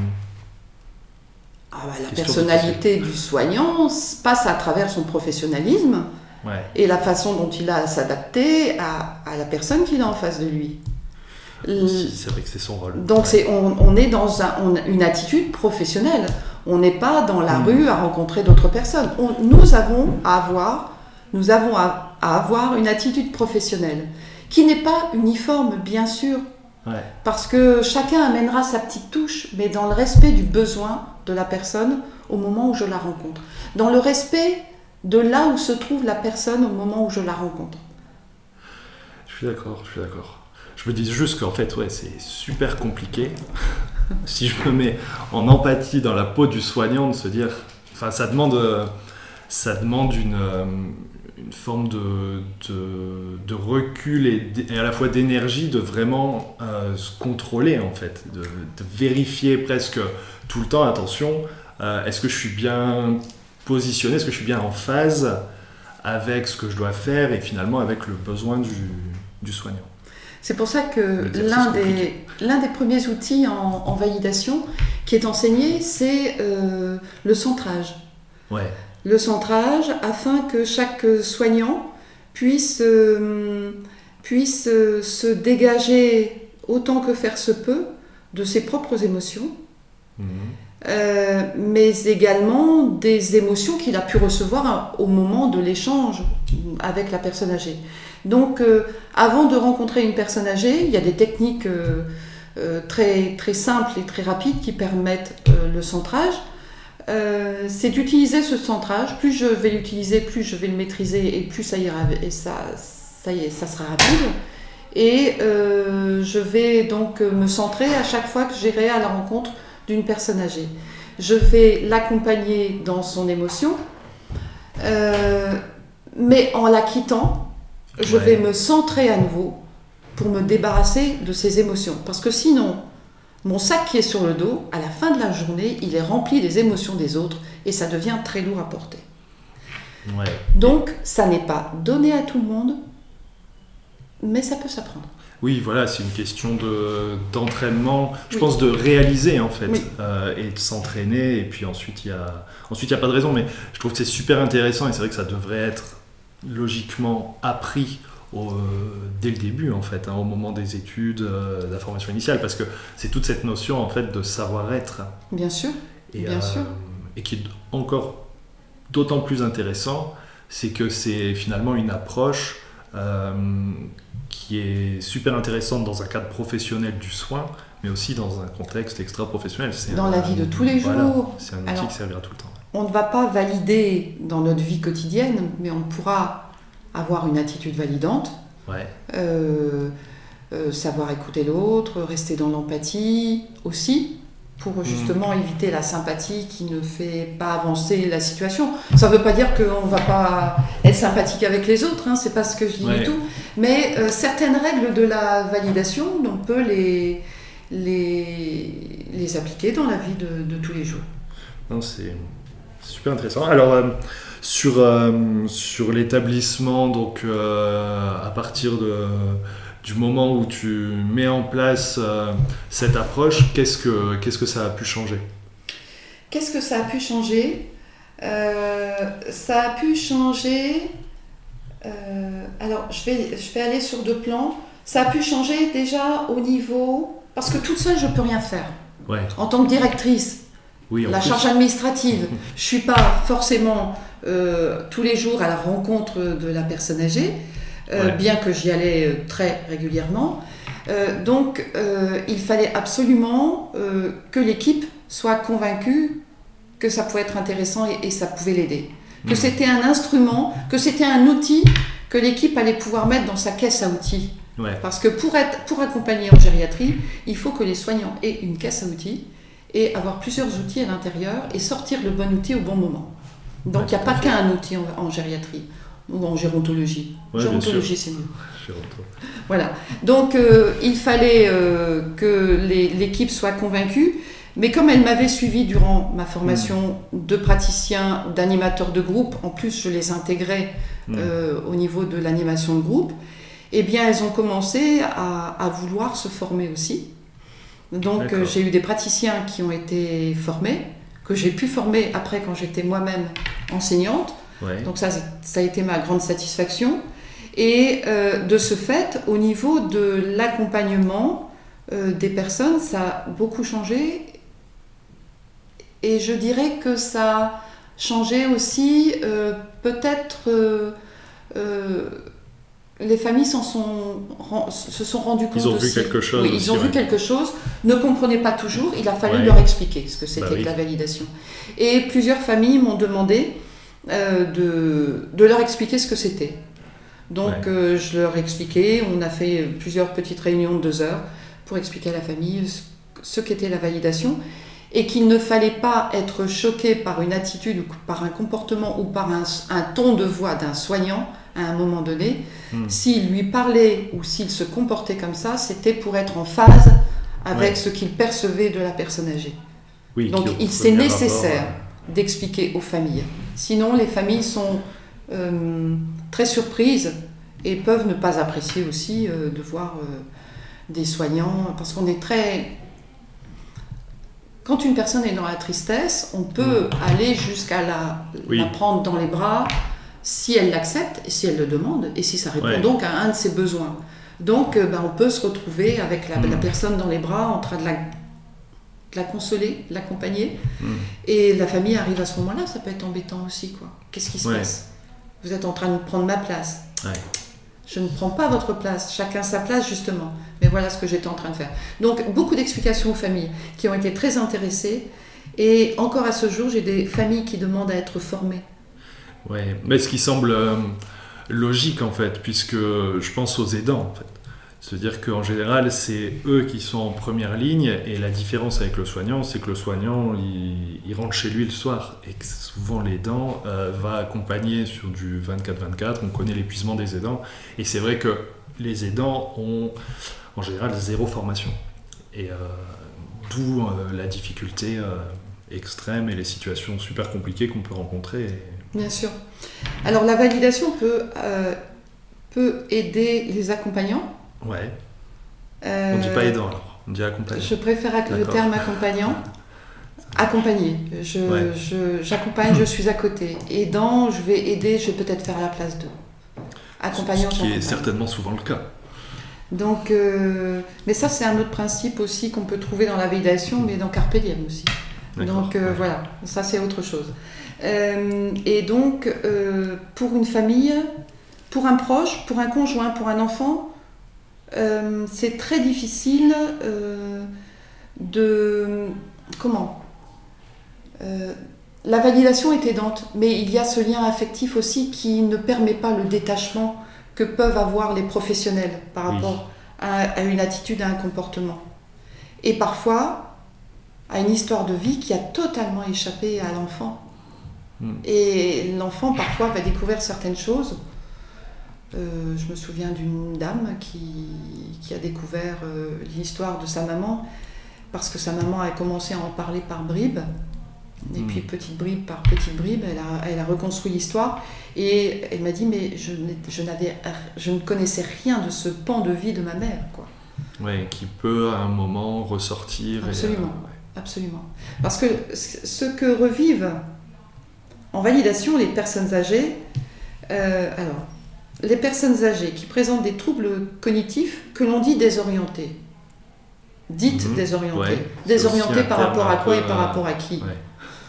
Ah bah, la Question personnalité du soignant passe à travers son professionnalisme Ouais. et la façon dont il a à s'adapter à, à la personne qu'il a en face de lui. Aussi, c'est vrai que c'est son rôle. Donc Ouais. c'est, on, on est dans un, on, une attitude professionnelle. On n'est pas dans la Mmh. rue à rencontrer d'autres personnes. On, nous avons à avoir, nous avons à, à avoir une attitude professionnelle qui n'est pas uniforme, bien sûr, Ouais. parce que chacun amènera sa petite touche, mais dans le respect du besoin de la personne au moment où je la rencontre. Dans le respect de là où se trouve la personne au moment où je la rencontre. Je suis d'accord, je suis d'accord. Je me dis juste qu'en fait, ouais, c'est super compliqué. Si je me mets en empathie dans la peau du soignant, de se dire... Enfin, ça demande, euh, ça demande une, euh, une forme de, de, de recul et, d- et à la fois d'énergie, de vraiment euh, se contrôler, en fait. De, de vérifier presque tout le temps, attention, euh, est-ce que je suis bien positionné, est-ce que je suis bien en phase avec ce que je dois faire et finalement avec le besoin du, du soignant. C'est pour ça que L'exercice l'un des, compliqué. l'un des premiers outils en, en validation qui est enseigné, c'est euh, le centrage. Ouais, Le centrage afin que chaque soignant puisse, euh, puisse euh, se dégager autant que faire se peut de ses propres émotions, mhm. euh, mais également des émotions qu'il a pu recevoir au moment de l'échange avec la personne âgée. Donc, euh, avant de rencontrer une personne âgée, il y a des techniques euh, euh, très, très simples et très rapides qui permettent euh, le centrage. Euh, c'est d'utiliser ce centrage. Plus je vais l'utiliser, plus je vais le maîtriser et plus ça ira, et ça, ça y est, ça sera rapide. Et euh, je vais donc me centrer à chaque fois que j'irai à la rencontre d'une personne âgée. Je vais l'accompagner dans son émotion, euh, mais en la quittant, je Ouais. vais me centrer à nouveau pour me débarrasser de ces émotions. Parce que sinon, mon sac qui est sur le dos, à la fin de la journée, il est rempli des émotions des autres et ça devient très lourd à porter. Ouais. Donc, ça n'est pas donné à tout le monde, mais ça peut s'apprendre. Oui, voilà, c'est une question de, d'entraînement, je oui. pense de réaliser en fait, oui. euh, et de s'entraîner, et puis ensuite il y a, ensuite il y a pas de raison, mais je trouve que c'est super intéressant, et c'est vrai que ça devrait être logiquement appris au, euh, dès le début en fait, hein, au moment des études, euh, de la formation initiale, parce que c'est toute cette notion en fait de savoir-être. Bien sûr, et, bien euh, sûr. Et qui est encore d'autant plus intéressant, c'est que c'est finalement une approche euh, qui est super intéressante dans un cadre professionnel du soin, mais aussi dans un contexte extra-professionnel. C'est dans un, la vie de tous les voilà, jours. c'est un outil Alors, qui servira tout le temps. On ne va pas valider dans notre vie quotidienne, mais on pourra avoir une attitude validante, Ouais. euh, euh, savoir écouter l'autre, rester dans l'empathie aussi, pour justement mmh. éviter la sympathie qui ne fait pas avancer la situation. Ça ne veut pas dire qu'on ne va pas être sympathique avec les autres, hein, c'est pas ce que je dis ouais. du tout, mais euh, certaines règles de la validation, on peut les, les, les appliquer dans la vie de, de tous les jours. Non, c'est super intéressant. Alors, euh, sur, euh, sur l'établissement, donc euh, à partir de... du moment où tu mets en place euh, cette approche, qu'est-ce que, qu'est-ce que ça a pu changer ? Qu'est-ce que ça a pu changer ? euh, Ça a pu changer... Euh, alors, je vais, je vais aller sur deux plans. Ça a pu changer déjà au niveau... Parce que toute seule, je ne peux rien faire. Ouais. En tant que directrice, oui, la plus. charge administrative, je ne suis pas forcément euh, tous les jours à la rencontre de la personne âgée. Euh, ouais. bien que j'y allais euh, très régulièrement. Euh, donc, euh, il fallait absolument euh, que l'équipe soit convaincue que ça pouvait être intéressant et, et ça pouvait l'aider. Que mmh. c'était un instrument, que c'était un outil que l'équipe allait pouvoir mettre dans sa caisse à outils. Ouais. Parce que pour, être, pour accompagner en gériatrie, il faut que les soignants aient une caisse à outils et avoir plusieurs outils à l'intérieur et sortir le bon outil au bon moment. Donc, il ouais, n'y a pas fait. qu'un outil en, en gériatrie. Ou en gérontologie. Ouais, gérontologie, c'est mieux. Géronto. Voilà. Donc, euh, il fallait euh, que les, l'équipe soit convaincue. Mais comme elle m'avait suivi durant ma formation mmh. de praticien, d'animateur de groupe, en plus, je les intégrais mmh. euh, au niveau de l'animation de groupe, eh bien, elles ont commencé à, à vouloir se former aussi. Donc, euh, j'ai eu des praticiens qui ont été formés, que j'ai pu former après quand j'étais moi-même enseignante. Ouais. Donc ça, ça a été ma grande satisfaction. Et euh, de ce fait, au niveau de l'accompagnement euh, des personnes, ça a beaucoup changé. Et je dirais que ça a changé aussi, euh, peut-être, euh, euh, les familles s'en sont, se sont rendues compte aussi. Ils ont aussi. vu quelque chose. Oui, ils aussi, ont ouais. vu quelque chose, ne comprenaient pas toujours. Il a fallu ouais. leur expliquer ce que c'était bah oui. que la validation. Et plusieurs familles m'ont demandé Euh, de, de leur expliquer ce que c'était. Donc ouais. euh, je leur expliquais, on a fait plusieurs petites réunions de deux heures pour expliquer à la famille ce, ce qu'était la validation et qu'il ne fallait pas être choqué par une attitude ou par un comportement ou par un, un ton de voix d'un soignant à un moment donné. Mmh. S'il lui parlait ou s'il se comportait comme ça, c'était pour être en phase avec ouais. ce qu'il percevait de la personne âgée. Oui, donc il, c'est nécessaire rapport, ouais. d'expliquer aux familles. Sinon, les familles sont euh, très surprises et peuvent ne pas apprécier aussi euh, de voir euh, des soignants, parce qu'on est très... Quand une personne est dans la tristesse, on peut mmh. aller jusqu'à la, oui. la prendre dans les bras si elle l'accepte et si elle le demande et si ça répond ouais. donc à un de ses besoins. Donc, euh, ben, on peut se retrouver avec la, mmh. la personne dans les bras en train de la... de la consoler, de l'accompagner. Mmh. Et la famille arrive à ce moment-là, ça peut être embêtant aussi, quoi. Qu'est-ce qui se ouais. passe ? Vous êtes en train de prendre ma place. Ouais. Je ne prends pas votre place, chacun sa place, justement. Mais voilà ce que j'étais en train de faire. Donc, beaucoup d'explications aux familles qui ont été très intéressées. Et encore à ce jour, j'ai des familles qui demandent à être formées. Oui, mais ce qui semble euh, logique, en fait, puisque je pense aux aidants, en fait. C'est-à-dire qu'en général, c'est eux qui sont en première ligne, et la différence avec le soignant, c'est que le soignant, il, il rentre chez lui le soir, et que souvent l'aidant euh, va accompagner sur du vingt-quatre vingt-quatre, on connaît l'épuisement des aidants, et c'est vrai que les aidants ont en général zéro formation. Et euh, d'où euh, la difficulté euh, extrême et les situations super compliquées qu'on peut rencontrer. Et... Bien sûr. Alors la validation peut, euh, peut aider les accompagnants. Ouais. Euh, on ne dit pas aidant alors, on dit accompagnant. Je préfère le D'accord. terme accompagnant. Accompagner. Je, Ouais. je, j'accompagne, je suis à côté. Aidant, je vais aider, je vais peut-être faire à la place d'eux. Accompagnant, Ce qui j'accompagne. est certainement souvent le cas. Donc, euh, mais ça, c'est un autre principe aussi qu'on peut trouver dans la validation, mais dans Carpe Diem aussi. D'accord. Donc euh, Ouais. voilà, ça c'est autre chose. Euh, et donc, euh, pour une famille, pour un proche, pour un conjoint, pour un enfant, euh, c'est très difficile euh, de... Comment euh, La validation est aidante, mais il y a ce lien affectif aussi qui ne permet pas le détachement que peuvent avoir les professionnels par Oui. rapport à, à une attitude, à un comportement. Et parfois, à une histoire de vie qui a totalement échappé à l'enfant. Mm. Et l'enfant, parfois, va découvrir certaines choses. Euh, je me souviens d'une dame qui, qui a découvert euh, l'histoire de sa maman, parce que sa maman a commencé à en parler par bribes. Et Mm. puis, petite bribe par petite bribe, elle a, elle a reconstruit l'histoire. Et elle m'a dit, mais je, n'ai- je, n'avais, je ne connaissais rien de ce pan de vie de ma mère, quoi. Ouais, qui peut à un moment ressortir. Absolument. Et, euh, ouais. Absolument. Parce que ce que revivent en validation les personnes âgées, euh, alors, les personnes âgées qui présentent des troubles cognitifs que l'on dit désorientés, dites Mhm. désorientées, Ouais, c'est désorientées aussi un par terme rapport un à quoi peu, et par euh, rapport à qui? Ouais.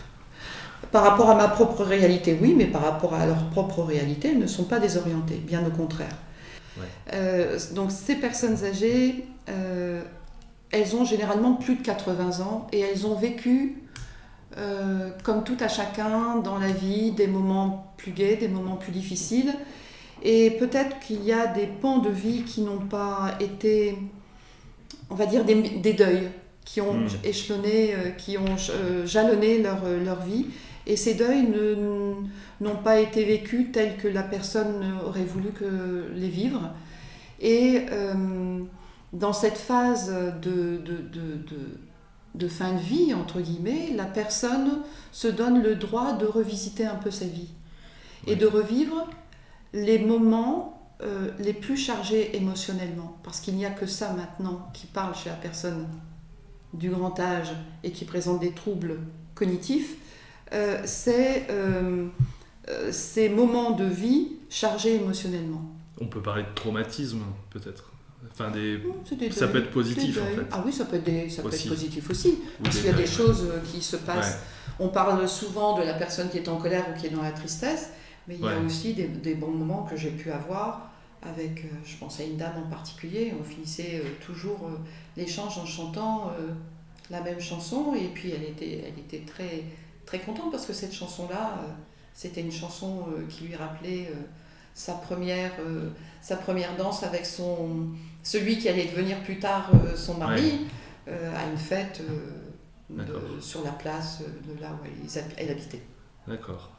Par rapport à ma propre réalité, oui, mais par rapport à leur propre réalité, elles ne sont pas désorientées, bien au contraire. Ouais. Euh, donc ces personnes âgées, euh, elles ont généralement plus de quatre-vingts ans et elles ont vécu, euh, comme tout à chacun dans la vie, des moments plus gais, des moments plus difficiles. Et peut-être qu'il y a des pans de vie qui n'ont pas été, on va dire, des, des deuils, qui ont Mm. échelonné, euh, qui ont euh, jalonné leur, leur vie. Et ces deuils ne, n'ont pas été vécus tels que la personne aurait voulu que les vivre. Et euh, dans cette phase de, de, de, de, de fin de vie, entre guillemets, la personne se donne le droit de revisiter un peu sa vie. Et Oui. de revivre les moments euh, les plus chargés émotionnellement. Parce qu'il n'y a que ça maintenant qui parle chez la personne du grand âge et qui présente des troubles cognitifs. Euh, c'est euh, euh, ces moments de vie chargés émotionnellement. On peut parler de traumatisme, peut-être. Enfin, des... C'est des Ça deuils, peut être positif, des en deuils. fait. Ah oui, ça peut être, des, ça peut Aussi. être positif aussi. Ou Parce des qu'il y a des deuils, choses euh, qui se passent. Ouais. On parle souvent de la personne qui est en colère ou qui est dans la tristesse, mais il y a Ouais. aussi des, des bons moments que j'ai pu avoir avec, euh, je pense à une dame en particulier, on finissait euh, toujours euh, l'échange en chantant euh, la même chanson, et puis elle était, elle était très, très contente parce que cette chanson-là, euh, c'était une chanson euh, qui lui rappelait euh, sa, première, euh, sa première danse avec son, celui qui allait devenir plus tard euh, son mari, euh, à une fête euh, D'accord. de- sur la place de là où elle, elle habitait. D'accord.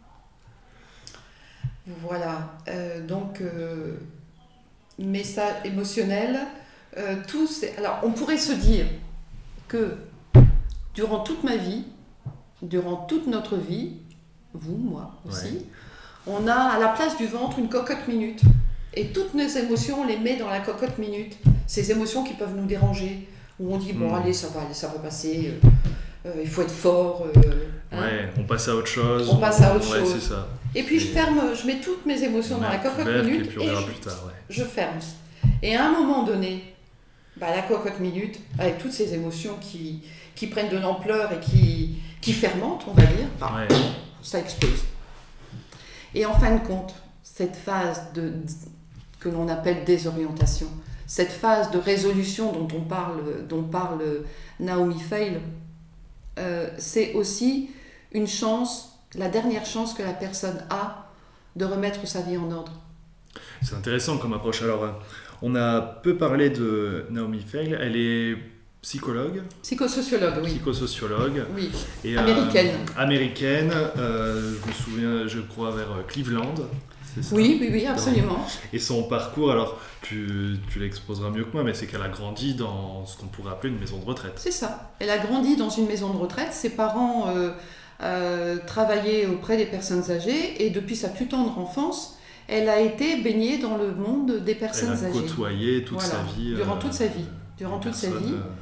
Voilà, euh, donc euh, message émotionnel, euh, tout c'est... Alors on pourrait se dire que durant toute ma vie, durant toute notre vie, vous, moi aussi, Ouais. on a à la place du ventre une cocotte minute. Et toutes nos émotions, on les met dans la cocotte minute. Ces émotions qui peuvent nous déranger, où on dit, bon Mm. allez, ça va aller, ça va passer, euh, euh, il faut être fort. euh, hein. Ouais, on passe à autre chose. On passe à autre ouais, chose. c'est ça. Et puis je Et- ferme, je mets toutes mes émotions On dans met la un cocotte couvercle minute et puis on et verra je, plus tard, ouais. je ferme. Et à un moment donné, bah, la cocotte minute, avec toutes ces émotions qui, qui prennent de l'ampleur et qui, qui fermentent, on va dire, bah, Ouais. ça explose. Et en fin de compte, cette phase de, que l'on appelle désorientation, cette phase de résolution dont on parle, dont parle Naomi Feil, euh, c'est aussi une chance, la dernière chance que la personne a de remettre sa vie en ordre. C'est intéressant comme approche. Alors, euh, on a peu parlé de Naomi Feil. Elle est psychologue, Psychosociologue, oui. psychosociologue. Oui, Et, euh, américaine. américaine. euh, je me souviens, je crois, vers Cleveland. c'est ça? Oui, oui, oui, absolument. Et son parcours, alors tu, tu l'exposeras mieux que moi, mais c'est qu'elle a grandi dans ce qu'on pourrait appeler une maison de retraite. C'est ça. Elle a grandi dans une maison de retraite. Ses parents euh, euh, travaillaient auprès des personnes âgées et depuis sa plus tendre enfance, elle a été baignée dans le monde des personnes âgées. Elle a côtoyé toute voilà. sa vie. Durant euh, toute sa vie. Durant toute sa vie. Euh...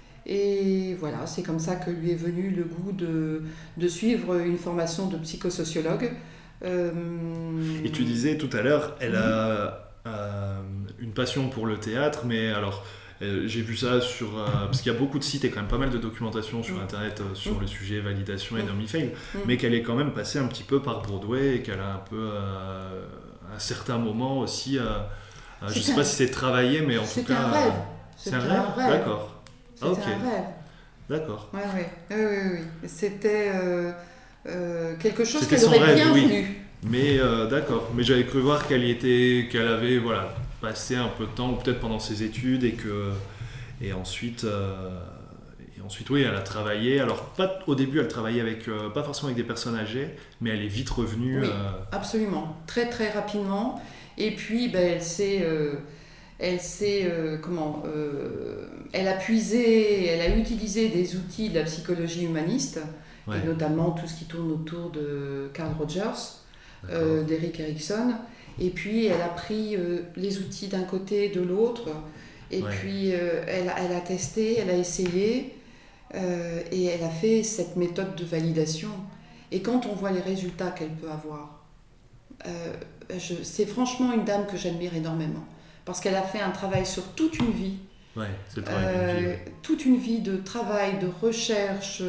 Et voilà, c'est comme ça que lui est venu le goût de, de suivre une formation de psychosociologue. Euh... Et tu disais tout à l'heure, elle mmh. a euh, une passion pour le théâtre, mais alors euh, j'ai vu ça sur... Euh, parce qu'il y a beaucoup de sites et quand même pas mal de documentation sur mmh. Internet euh, sur mmh. le sujet validation et Naomi Feil, mmh. mais qu'elle est quand même passée un petit peu par Broadway et qu'elle a un peu, euh, à un certain moment aussi, euh, euh, je sais un... pas si c'est travaillé, mais en tout cas... Un rêve. C'est un rêve. C'est un rêve. D'accord. C'était okay. un rêve. D'accord. Oui, oui, oui, oui, oui. C'était euh, euh, quelque chose C'était qu'elle aurait rêve, bien oui. voulu. Mais euh, d'accord. Mais j'avais cru voir qu'elle y était, qu'elle avait voilà passé un peu de temps, ou peut-être pendant ses études, et que et ensuite euh, et ensuite oui, elle a travaillé. Alors pas au début, elle travaillait avec euh, pas forcément avec des personnes âgées, mais elle est vite revenue. Oui, euh... absolument, très très rapidement. Et puis ben, elle s'est euh, Elle s'est, euh, comment, euh, elle a puisé, elle a utilisé des outils de la psychologie humaniste, ouais. et notamment tout ce qui tourne autour de Carl Rogers, euh, d'Eric Erikson. Et puis elle a pris euh, les outils d'un côté, de l'autre, et ouais. puis euh, elle, elle a testé, elle a essayé, euh, et elle a fait cette méthode de validation. Et quand on voit les résultats qu'elle peut avoir, euh, je, c'est franchement une dame que j'admire énormément. Parce qu'elle a fait un travail sur toute une vie, ouais, c'est le travail euh, d'une vie, ouais. toute une vie de travail, de recherche,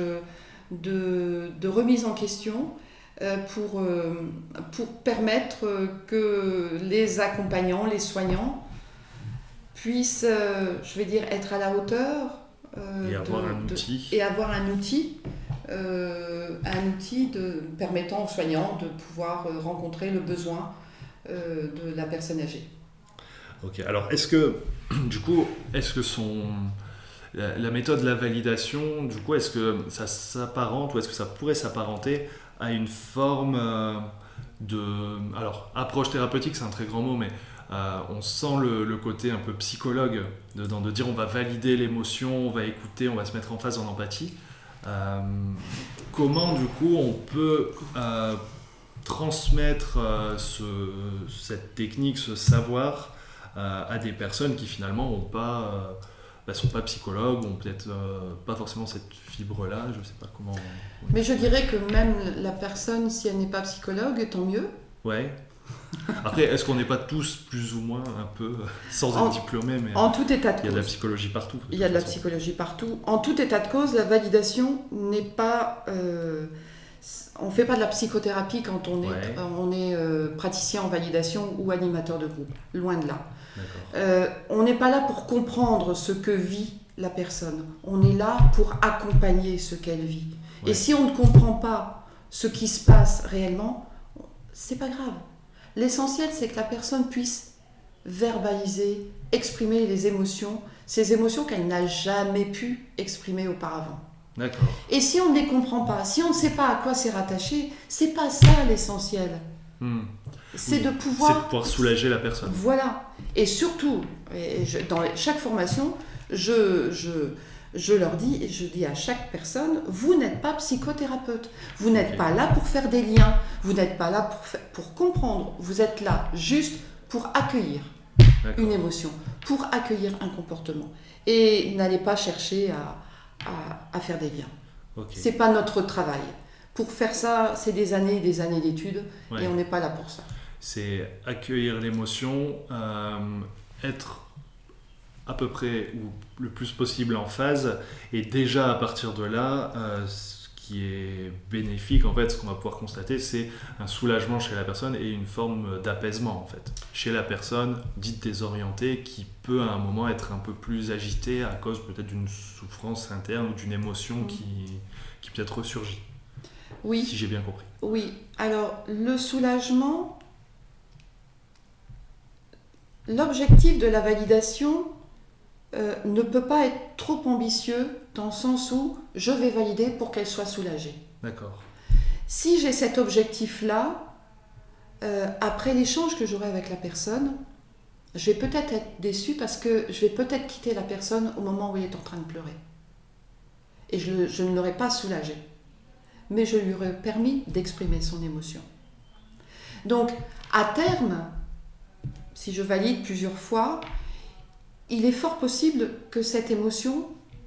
de, de remise en question, euh, pour, euh, pour permettre que les accompagnants, les soignants, puissent, euh, je vais dire, être à la hauteur euh, et, de, avoir un de, outil. et avoir un outil, euh, un outil de, permettant aux soignants de pouvoir rencontrer le besoin euh, de la personne âgée. Ok, alors est-ce que, du coup, est-ce que son, la, la méthode de la validation, du coup, est-ce que ça s'apparente ou est-ce que ça pourrait s'apparenter à une forme euh, de, alors, approche thérapeutique, c'est un très grand mot, mais euh, on sent le, le côté un peu psychologue dedans, de dire on va valider l'émotion, on va écouter, on va se mettre en face en empathie. Euh, comment, du coup, on peut euh, transmettre euh, ce, cette technique, ce savoir Euh, à des personnes qui finalement ont pas, euh, bah, sont pas psychologues, ont peut-être euh, pas forcément cette fibre-là, je sais pas comment... Mais je dirais que même la personne, si elle n'est pas psychologue, tant mieux. Ouais. Après, est-ce qu'on n'est pas tous plus ou moins un peu, sans en, être diplômés, mais en tout état de cause. Il y a de la psychologie partout. Il y a de la psychologie partout. En tout état de cause, la validation n'est pas... Euh, on ne fait pas de la psychothérapie quand on est, ouais. on est euh, praticien en validation ou animateur de groupe. Loin de là. Euh, on n'est pas là pour comprendre ce que vit la personne. On est là pour accompagner ce qu'elle vit. Ouais. Et si on ne comprend pas ce qui se passe réellement, c'est pas grave. L'essentiel, c'est que la personne puisse verbaliser, exprimer les émotions, ces émotions qu'elle n'a jamais pu exprimer auparavant. D'accord. Et si on ne les comprend pas, si on ne sait pas à quoi c'est rattaché, c'est pas ça l'essentiel. Hmm. C'est oui. de pouvoir... C'est de pouvoir soulager la personne. Voilà. Et surtout, et je, dans chaque formation, je, je, je leur dis, je dis à chaque personne, vous n'êtes pas psychothérapeute. Vous n'êtes okay. pas là pour faire des liens. Vous n'êtes pas là pour, faire, pour comprendre. Vous êtes là juste pour accueillir D'accord. une émotion, pour accueillir un comportement. Et n'allez pas chercher à... À, à faire des liens. Okay. C'est pas notre travail. Pour faire ça, c'est des années et des années d'études, ouais. et on n'est pas là pour ça. C'est accueillir l'émotion, euh, être à peu près ou le plus possible en phase, et déjà à partir de là, euh, ce qui est bénéfique, en fait, ce qu'on va pouvoir constater, c'est un soulagement chez la personne et une forme d'apaisement, en fait, chez la personne dite désorientée, qui peut à un moment être un peu plus agitée à cause peut-être d'une souffrance interne ou d'une émotion mmh. qui, qui peut-être ressurgit. Oui. Si j'ai bien compris. Oui. Alors, le soulagement, l'objectif de la validation euh, ne peut pas être trop ambitieux dans le sens où je vais valider pour qu'elle soit soulagée. D'accord. Si j'ai cet objectif-là, euh, après l'échange que j'aurai avec la personne, je vais peut-être être déçue parce que je vais peut-être quitter la personne au moment où elle est en train de pleurer. Et je, je ne l'aurais pas soulagée. Mais je lui aurais permis d'exprimer son émotion. Donc, à terme, si je valide plusieurs fois, il est fort possible que cette émotion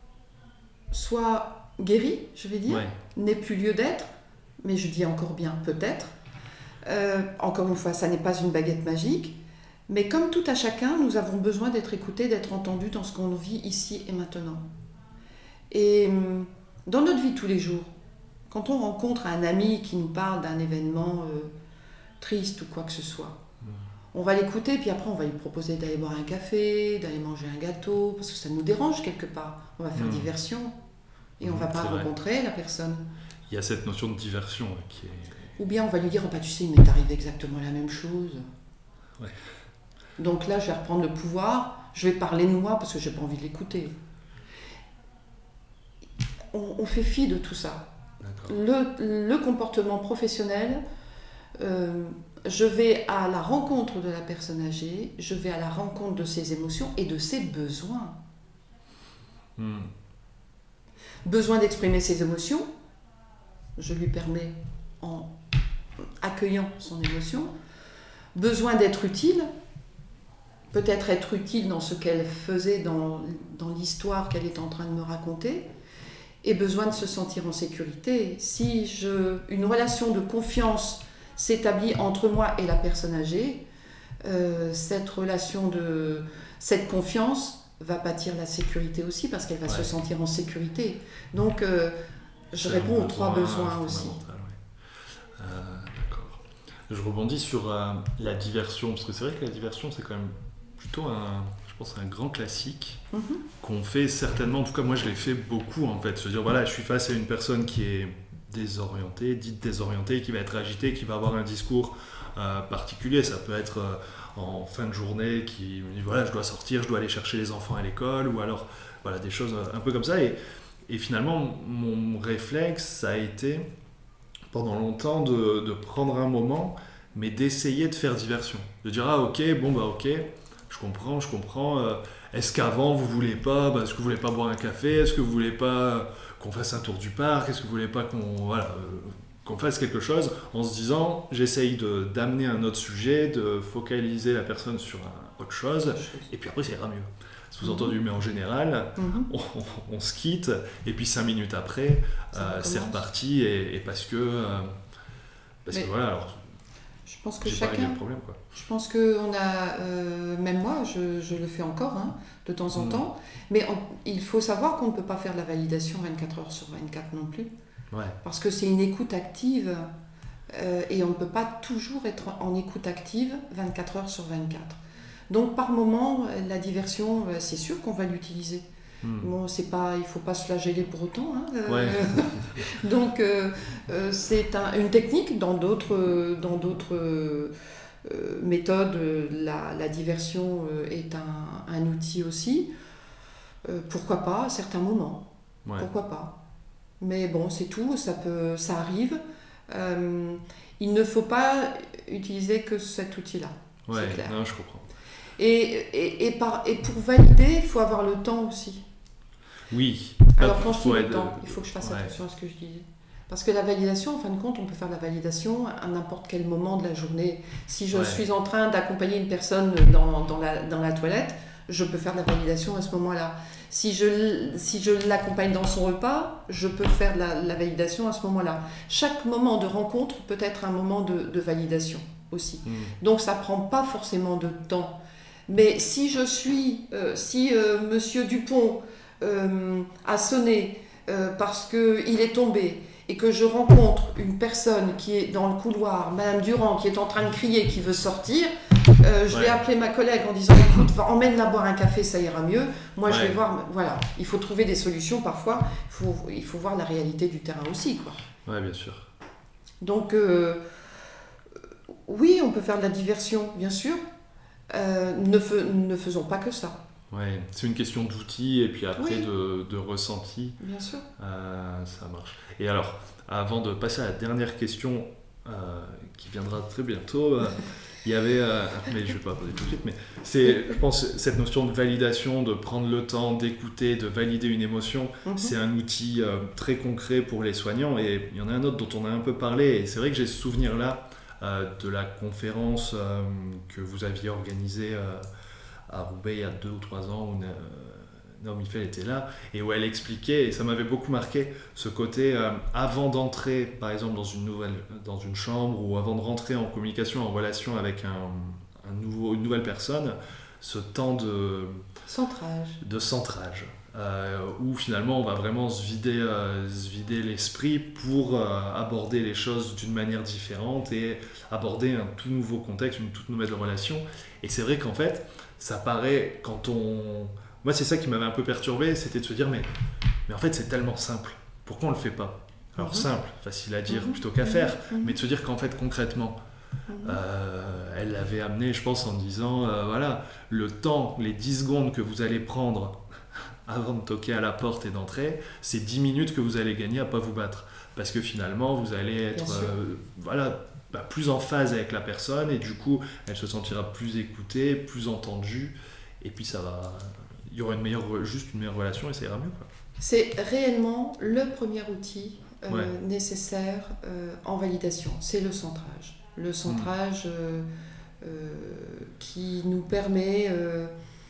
soit guérie, je vais dire, ouais. n'ait plus lieu d'être, mais je dis encore bien peut-être. Euh, encore une fois, ça n'est pas une baguette magique, mais comme tout à chacun, nous avons besoin d'être écoutés, d'être entendus dans ce qu'on vit ici et maintenant. Et dans notre vie de tous les jours, quand on rencontre un ami qui nous parle d'un événement euh, triste ou quoi que ce soit, mmh. on va l'écouter, puis après on va lui proposer d'aller boire un café, d'aller manger un gâteau, parce que ça nous dérange quelque part. On va faire mmh. diversion, et mmh, on ne va pas rencontrer vrai. la personne. Il y a cette notion de diversion hein, qui est... Ou bien on va lui dire, oh, bah, tu sais, il m'est arrivé exactement la même chose. Ouais. Donc là, je vais reprendre le pouvoir, je vais parler de moi, parce que je n'ai pas envie de l'écouter. On, on fait fi de tout ça. Le, le comportement professionnel, euh, je vais à la rencontre de la personne âgée, je vais à la rencontre de ses émotions et de ses besoins. Mm. Besoin d'exprimer ses émotions, je lui permets en accueillant son émotion. Besoin d'être utile, peut-être être utile dans ce qu'elle faisait dans, dans l'histoire qu'elle est en train de me raconter. Et besoin de se sentir en sécurité. Si je, une relation de confiance s'établit entre moi et la personne âgée, euh, cette relation de, cette confiance va bâtir la sécurité aussi parce qu'elle va ouais. se sentir en sécurité. Donc, euh, je C'est réponds aux trois besoins aussi. Ouais. Euh, d'accord. Je rebondis sur euh, la diversion parce que c'est vrai que la diversion c'est quand même plutôt un je pense un grand classique mm-hmm. qu'on fait certainement, en tout cas moi je l'ai fait beaucoup en fait, se dire voilà je suis face à une personne qui est désorientée, dite désorientée, qui va être agitée, qui va avoir un discours euh, particulier, ça peut être euh, en fin de journée qui me dit voilà je dois sortir, je dois aller chercher les enfants à l'école ou alors voilà des choses un peu comme ça et, et finalement mon réflexe ça a été pendant longtemps de, de prendre un moment mais d'essayer de faire diversion, de dire ah ok bon bah ok je comprends, je comprends. Euh, est-ce qu'avant, vous ne voulez pas, bah, est-ce que vous ne voulez pas boire un café ? Est-ce que vous ne voulez pas qu'on fasse un tour du parc ? Est-ce que vous ne voulez pas qu'on, voilà, euh, qu'on fasse quelque chose ? En se disant, j'essaye de, d'amener un autre sujet, de focaliser la personne sur un, autre chose, et puis après, ça ira mieux. Sous-entendu, mais en général, mm-hmm. on, on, on se quitte, et puis cinq minutes après, euh, c'est reparti, et, et parce que... Euh, parce mais... que voilà, alors... Je pense que J'ai chacun. Problème, quoi. Je pense que on a, euh, même moi, je, je le fais encore hein, de temps en mmh. temps, mais on, il faut savoir qu'on ne peut pas faire de la validation vingt-quatre heures sur vingt-quatre non plus, ouais. parce que c'est une écoute active euh, et on ne peut pas toujours être en écoute active vingt-quatre heures sur vingt-quatre. Donc par moment, la diversion, c'est sûr qu'on va l'utiliser. Hmm. Bon, c'est pas, il ne faut pas se flageller pour autant. Hein, euh, ouais. Donc, euh, euh, c'est un, une technique. Dans d'autres, dans d'autres euh, méthodes, la, la diversion euh, est un, un outil aussi. Euh, pourquoi pas à certains moments. Ouais. Pourquoi pas. Mais bon, c'est tout. Ça, peut, ça arrive. Euh, il ne faut pas utiliser que cet outil-là. Ouais, c'est clair. Non, je comprends. Et, et, et, par, et pour valider, il faut avoir le temps aussi. Oui. Alors quand je dis le temps, il faut que je fasse ouais. attention à ce que je dis. Parce que la validation, en fin de compte, on peut faire la validation à n'importe quel moment de la journée. Si je ouais. suis en train d'accompagner une personne dans, dans, la, dans la toilette, je peux faire de la validation à ce moment-là. Si je, si je l'accompagne dans son repas, je peux faire de la, la validation à ce moment-là. Chaque moment de rencontre peut être un moment de, de validation aussi. Mmh. Donc ça ne prend pas forcément de temps. Mais si je suis, euh, si euh, Monsieur Dupont euh, a sonné euh, parce qu'il est tombé et que je rencontre une personne qui est dans le couloir, Madame Durand, qui est en train de crier, qui veut sortir, euh, je ouais. vais appeler ma collègue en disant « Écoute, emmène-la boire un café, ça ira mieux. » Moi, ouais. je vais voir... Voilà, il faut trouver des solutions parfois. Il faut, il faut voir la réalité du terrain aussi, quoi. Oui, bien sûr. Donc, euh, oui, on peut faire de la diversion, bien sûr. Euh, ne, fe, ne faisons pas que ça. Ouais, c'est une question d'outils et puis après oui. de, de ressenti. Bien sûr. Euh, ça marche. Et alors, avant de passer à la dernière question, euh, qui viendra très bientôt. Euh, il y avait, euh, mais je ne vais pas parler tout de suite, mais c'est, je pense, cette notion de validation, de prendre le temps d'écouter, de valider une émotion, mm-hmm. c'est un outil euh, très concret pour les soignants. Et il y en a un autre dont on a un peu parlé, et c'est vrai que j'ai ce souvenir-là euh, de la conférence euh, que vous aviez organisée euh, à Roubaix il y a deux ou trois ans, où euh, Naomi Feil était là, et où elle expliquait, et ça m'avait beaucoup marqué, ce côté, euh, avant d'entrer, par exemple, dans une, nouvelle, dans une chambre, ou avant de rentrer en communication, en relation avec un, un nouveau, une nouvelle personne, ce temps de centrage, de centrage euh, où finalement on va vraiment se vider, euh, se vider l'esprit pour euh, aborder les choses d'une manière différente et aborder un tout nouveau contexte, une toute nouvelle relation. Et c'est vrai qu'en fait, ça paraît, quand on... Moi, c'est ça qui m'avait un peu perturbé, c'était de se dire, mais, mais en fait, c'est tellement simple. Pourquoi on ne le fait pas ? Alors, mmh. simple, facile à dire mmh. plutôt qu'à faire, mmh. mais de se dire qu'en fait, concrètement, mmh. euh, elle l'avait amené, je pense, en disant, euh, voilà, le temps, les dix secondes que vous allez prendre avant de toquer à la porte et d'entrer, c'est dix minutes que vous allez gagner à ne pas vous battre. Parce que finalement, vous allez être euh, voilà, bah, plus en phase avec la personne, et du coup, elle se sentira plus écoutée, plus entendue, et puis ça va... il y aura une meilleure, juste une meilleure relation et ça ira mieux, quoi. C'est réellement le premier outil euh, ouais. nécessaire euh, en validation, c'est le centrage. Le centrage mmh. euh, euh, qui nous permet, euh,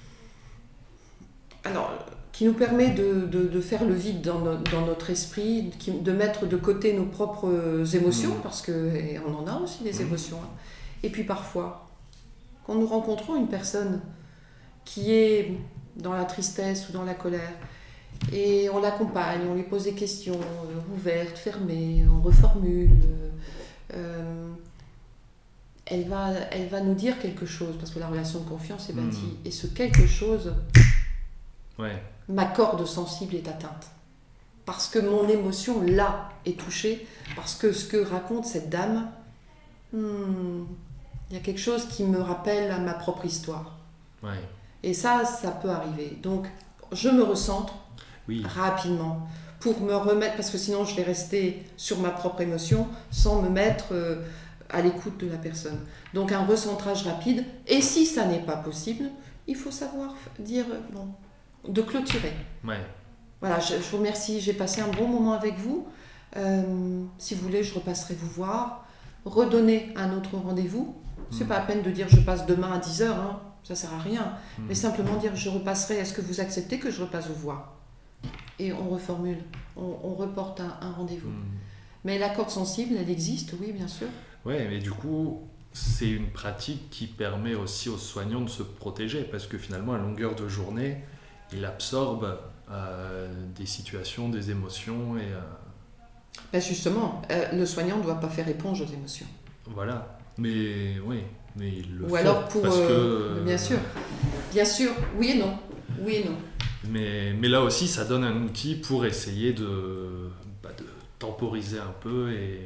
alors, qui nous permet de, de, de faire le vide dans, no, dans notre esprit, qui, de mettre de côté nos propres émotions, mmh. parce qu'on en a aussi des mmh. émotions. Hein. Et puis parfois, quand nous rencontrons une personne qui est dans la tristesse ou dans la colère, et on l'accompagne, on lui pose des questions euh, ouvertes, fermées, on reformule, euh, elle, va, elle va nous dire quelque chose, parce que la relation de confiance est bâtie, mmh. et ce quelque chose, ouais. ma corde sensible est atteinte, parce que mon émotion là est touchée, parce que ce que raconte cette dame, hmm, il y a quelque chose qui me rappelle à ma propre histoire. Ouais. Et ça, ça peut arriver. Donc, je me recentre oui. rapidement pour me remettre, parce que sinon je vais rester sur ma propre émotion sans me mettre euh, à l'écoute de la personne. Donc, un recentrage rapide. Et si ça n'est pas possible, il faut savoir dire non, de clôturer. Ouais. Voilà, je, je vous remercie. J'ai passé un bon moment avec vous. Euh, si vous voulez, je repasserai vous voir. Redonner un autre rendez-vous. C'est mmh. pas la peine de dire je passe demain à dix heures, hein. Ça sert à rien, mmh. mais simplement dire je repasserai, est-ce que vous acceptez que je repasse vous voir ? Et on reformule, on, on reporte un, un rendez-vous. Mmh. Mais la corde sensible, elle existe, oui, bien sûr. Oui, mais du coup, c'est une pratique qui permet aussi aux soignants de se protéger, parce que finalement, à longueur de journée, il absorbe euh, des situations, des émotions. Et, euh... ben justement, euh, le soignant ne doit pas faire éponge aux émotions. Voilà, mais oui. Mais il le Ou faut, alors pour... parce euh, que, bien sûr, bien sûr, oui et non, oui et non. Mais, mais là aussi, ça donne un outil pour essayer de, bah, de temporiser un peu et,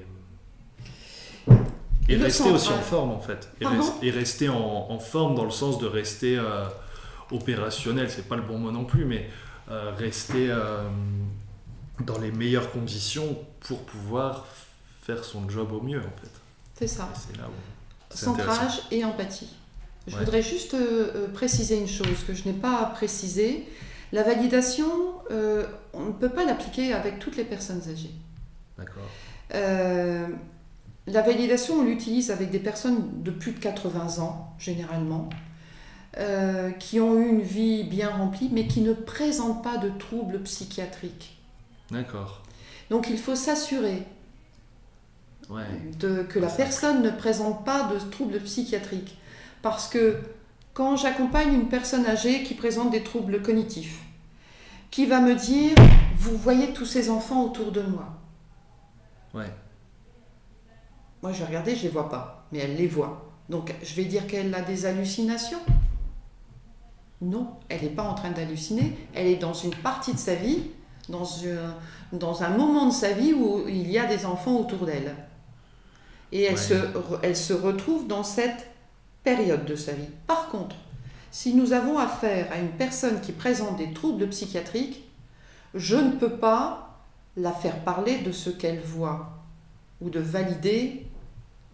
et rester centre, aussi en forme, en fait. Et, res, et rester en, en forme dans le sens de rester euh, opérationnel, c'est pas le bon mot non plus, mais euh, rester euh, dans les meilleures conditions pour pouvoir faire son job au mieux, en fait. C'est ça. Et c'est là où... Centrage et empathie. Je ouais. voudrais juste euh, préciser une chose que je n'ai pas précisée. La validation, euh, on ne peut pas l'appliquer avec toutes les personnes âgées. D'accord. Euh, la validation, on l'utilise avec des personnes de plus de quatre-vingts ans, généralement, euh, qui ont eu une vie bien remplie, mais qui ne présentent pas de troubles psychiatriques. D'accord. Donc il faut s'assurer Ouais. De, que la personne ne présente pas de troubles psychiatriques. Parce que quand j'accompagne une personne âgée qui présente des troubles cognitifs, qui va me dire « Vous voyez tous ces enfants autour de moi ». Ouais. Moi, je vais regarder, je ne les vois pas, mais elle les voit. Donc, je vais dire qu'elle a des hallucinations ? Non, elle n'est pas en train d'halluciner. Elle est dans une partie de sa vie, dans, une, dans un moment de sa vie où il y a des enfants autour d'elle. Et elle, ouais. se, elle se retrouve dans cette période de sa vie. Par contre, si nous avons affaire à une personne qui présente des troubles psychiatriques, je ne peux pas la faire parler de ce qu'elle voit ou de valider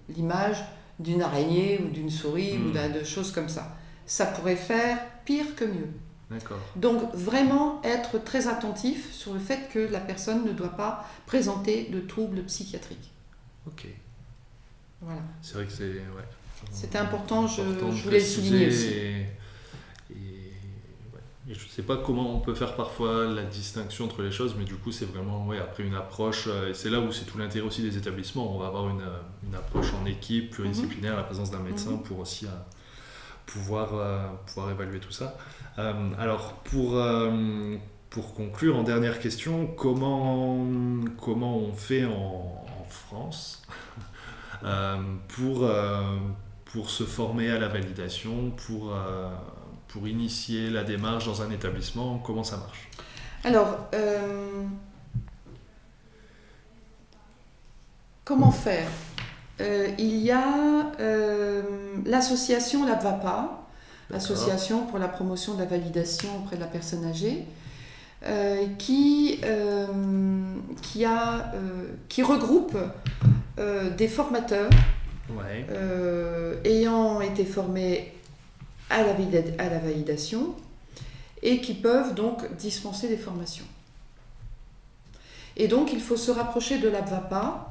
l'image d'une araignée ou d'une souris mmh. ou de, de choses comme ça. Ça pourrait faire pire que mieux. D'accord. Donc vraiment être très attentif sur le fait que la personne ne doit pas présenter de troubles psychiatriques. Ok. Voilà. C'est vrai que c'est... Ouais. C'était important, je, important je voulais le souligner aussi. Et, et, ouais. et je ne sais pas comment on peut faire parfois la distinction entre les choses, mais du coup c'est vraiment ouais, après une approche, et c'est là où c'est tout l'intérêt aussi des établissements, on va avoir une, une approche en équipe pluridisciplinaire, mm-hmm. la présence d'un médecin mm-hmm. pour aussi euh, pouvoir, euh, pouvoir évaluer tout ça. Euh, alors pour, euh, pour conclure, en dernière question, comment, comment on fait en, en France euh, pour... Euh, pour se former à la validation, pour, euh, pour initier la démarche dans un établissement, comment ça marche ? Alors, euh, comment faire ? euh, Il y a euh, l'association LabVAPA, l'association pour la promotion de la validation auprès de la personne âgée, euh, qui, euh, qui, a, euh, qui regroupe euh, des formateurs Ouais. Euh, ayant été formés à la, valida- à la validation et qui peuvent donc dispenser des formations. Et donc il faut se rapprocher de LabVAPA,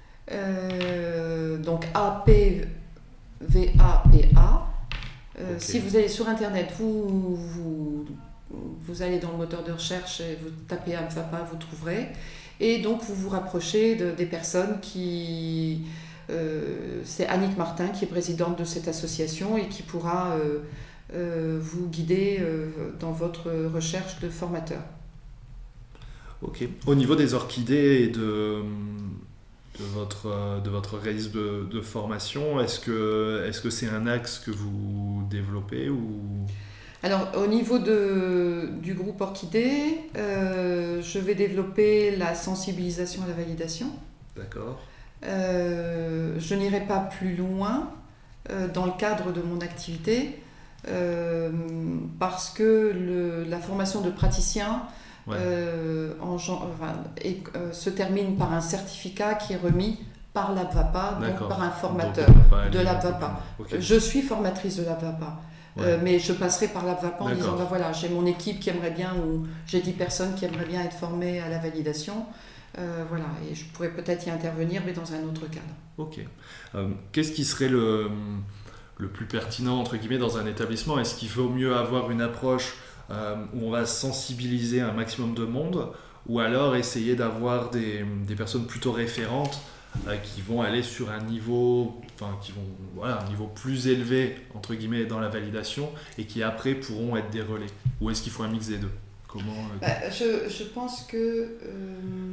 euh, donc A P V A P A. Euh, okay. Si vous allez sur internet, vous, vous, vous allez dans le moteur de recherche et vous tapez LabVAPA, vous trouverez. Et donc vous vous rapprochez de, des personnes qui... Euh, c'est Annick Martin qui est présidente de cette association et qui pourra euh, euh, vous guider euh, dans votre recherche de formateur. Ok. Au niveau des orchidées et de, de, votre, de votre réalisme de, de formation, est-ce que, est-ce que c'est un axe que vous développez ou... Alors, au niveau de, du groupe Orchidée, euh, je vais développer la sensibilisation à la validation. D'accord. Euh, je n'irai pas plus loin euh, dans le cadre de mon activité euh, parce que le, la formation de praticien ouais. euh, en, enfin, et, euh, se termine par un certificat qui est remis par LabVAPA, donc par un formateur donc, de LabVAPA. Okay. Je suis formatrice de LabVAPA. Ouais. Euh, mais je passerai par LabVAPA en disant ben voilà, j'ai mon équipe qui aimerait bien, ou j'ai dix personnes qui aimeraient bien être formées à la validation. Euh, voilà, et je pourrais peut-être y intervenir, mais dans un autre cadre. Ok. Euh, qu'est-ce qui serait le, le plus pertinent, entre guillemets, dans un établissement ? Est-ce qu'il vaut mieux avoir une approche euh, où on va sensibiliser un maximum de monde, ou alors essayer d'avoir des, des personnes plutôt référentes euh, qui vont aller sur un niveau, enfin, qui vont, voilà, un niveau plus élevé, entre guillemets, dans la validation, et qui après pourront être des relais ? Ou est-ce qu'il faut un mix des deux ? Comment euh... bah, je, je pense que... Euh...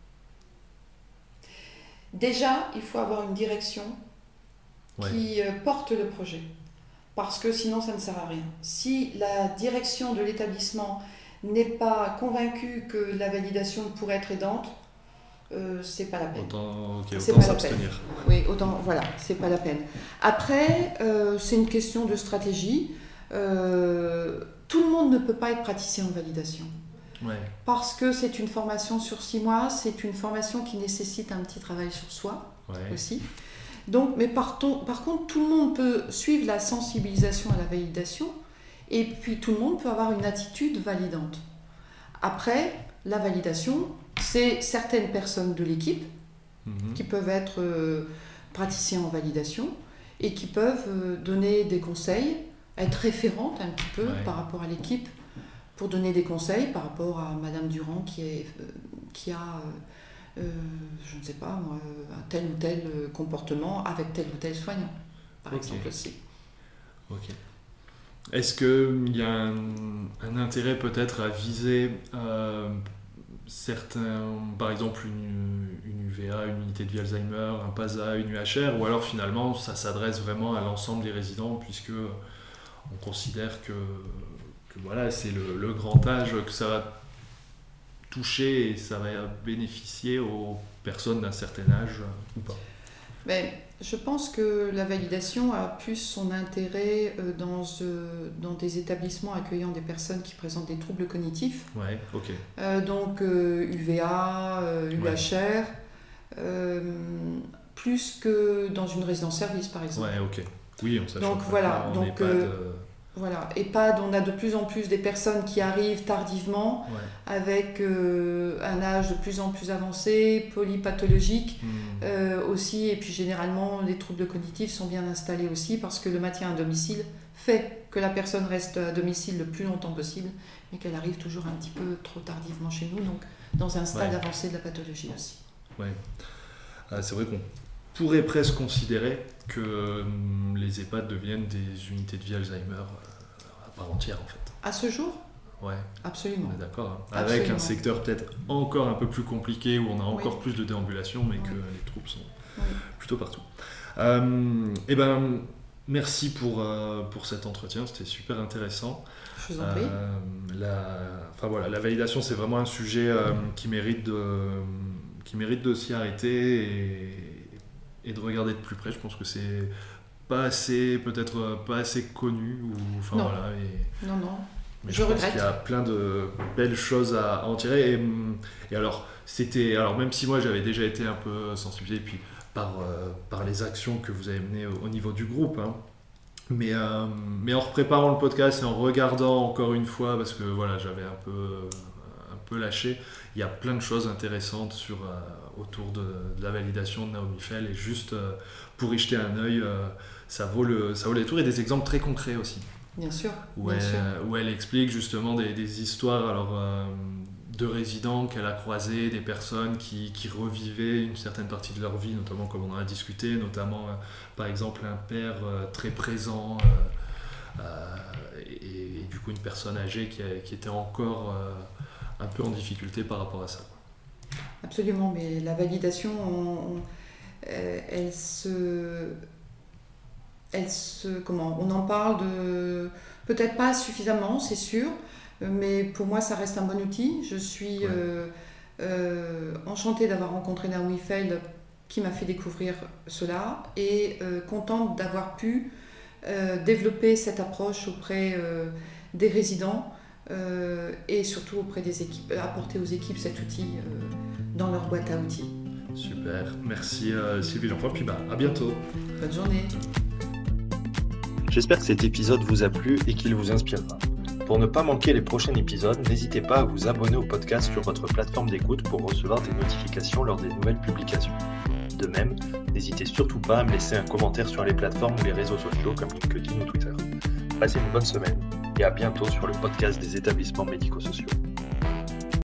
Déjà, il faut avoir une direction ouais. qui euh, porte le projet, parce que sinon ça ne sert à rien. Si la direction de l'établissement n'est pas convaincue que la validation pourrait être aidante, euh, c'est pas la peine. Autant, okay, c'est autant pas s'abstenir. La peine. Oui, autant, voilà, c'est pas la peine. Après, euh, c'est une question de stratégie. Euh, tout le monde ne peut pas être praticien en validation. Ouais. Parce que c'est une formation sur six mois, c'est une formation qui nécessite un petit travail sur soi ouais. aussi. Donc, mais par, ton, par contre, tout le monde peut suivre la sensibilisation à la validation et puis tout le monde peut avoir une attitude validante. Après, la validation, c'est certaines personnes de l'équipe mm-hmm. qui peuvent être euh, praticiens en validation et qui peuvent euh, donner des conseils, être référentes un petit peu ouais. par rapport à l'équipe, pour donner des conseils par rapport à Madame Durand qui, est, euh, qui a, euh, euh, je ne sais pas, moi, un tel ou tel comportement avec tel ou tel soignant, par okay. exemple aussi. Ok. Est-ce qu'il y a un, un intérêt peut-être à viser euh, certains, par exemple une, une U V A, une unité de vie Alzheimer, un PASA, une U H R, ou alors finalement ça s'adresse vraiment à l'ensemble des résidents puisque on considère que voilà, c'est le, le grand âge que ça va toucher et ça va bénéficier aux personnes d'un certain âge ou pas. Mais je pense que la validation a plus son intérêt dans, euh, dans des établissements accueillant des personnes qui présentent des troubles cognitifs. Ouais, ok. Euh, donc euh, U V A, euh, U H R, ouais. euh, plus que dans une résidence-service, par exemple. Ouais, ok. Oui, on sachant donc voilà, on donc EHPAD, euh, euh... voilà. EHPAD, on a de plus en plus des personnes qui arrivent tardivement, ouais. avec euh, un âge de plus en plus avancé, polypathologique mmh. euh, aussi, et puis généralement les troubles cognitifs sont bien installés aussi parce que le maintien à domicile fait que la personne reste à domicile le plus longtemps possible, mais qu'elle arrive toujours un petit peu trop tardivement chez nous, donc dans un stade ouais. avancé de la pathologie aussi. Ouais. Ah, c'est vrai qu'on pourrait presque considérer que hum, les EHPAD deviennent des unités de vie Alzheimer euh, à part entière en fait. À ce jour ? Ouais. Absolument. On est d'accord. Hein. Avec Absolument. Un secteur peut-être encore un peu plus compliqué où on a encore oui. plus de déambulation, mais oui. que les troubles sont oui. plutôt partout. Euh, et ben, merci pour, euh, pour cet entretien, c'était super intéressant. Je vous en prie. Euh, la, enfin, voilà, la validation, c'est vraiment un sujet euh, qui mérite de, qui mérite de s'y arrêter et, et de regarder de plus près. Je pense que c'est pas assez, peut-être pas assez connu. Ou, enfin, non. Voilà, et, non, non. Mais je, je pense regrette. qu'il y a plein de belles choses à en tirer. Et, et alors, c'était, alors, même si moi j'avais déjà été un peu sensibilisé puis par, euh, par les actions que vous avez menées au, au niveau du groupe, hein, mais, euh, mais en préparant le podcast et en regardant encore une fois, parce que voilà, j'avais un peu, un peu lâché, il y a plein de choses intéressantes sur, euh, autour de, de la validation de Naomi Feil. Et juste euh, pour y jeter un œil, euh, ça vaut le, ça vaut le détour. Et des exemples très concrets aussi. Bien sûr. Où, bien elle, sûr. où elle explique justement des, des histoires alors, euh, de résidents qu'elle a croisés, des personnes qui, qui revivaient une certaine partie de leur vie, notamment comme on en a discuté, notamment euh, par exemple un père euh, très présent euh, euh, et, et du coup une personne âgée qui, a, qui était encore euh, un peu en difficulté par rapport à ça. Absolument, mais la validation, on, on, elle se... Elle se, comment, on en parle de, peut-être pas suffisamment, c'est sûr, mais pour moi ça reste un bon outil. Je suis ouais. euh, euh, enchantée d'avoir rencontré Naomi Feil qui m'a fait découvrir cela et euh, contente d'avoir pu euh, développer cette approche auprès euh, des résidents euh, et surtout auprès des équipes, apporter aux équipes cet outil euh, dans leur boîte à outils. Super, merci euh, Sylvie Jean-Paul, puis bah, à bientôt. Bonne journée. J'espère que cet épisode vous a plu et qu'il vous inspirera. Pour ne pas manquer les prochains épisodes, n'hésitez pas à vous abonner au podcast sur votre plateforme d'écoute pour recevoir des notifications lors des nouvelles publications. De même, n'hésitez surtout pas à me laisser un commentaire sur les plateformes ou les réseaux sociaux comme LinkedIn ou Twitter. Passez une bonne semaine et à bientôt sur le podcast des établissements médico-sociaux.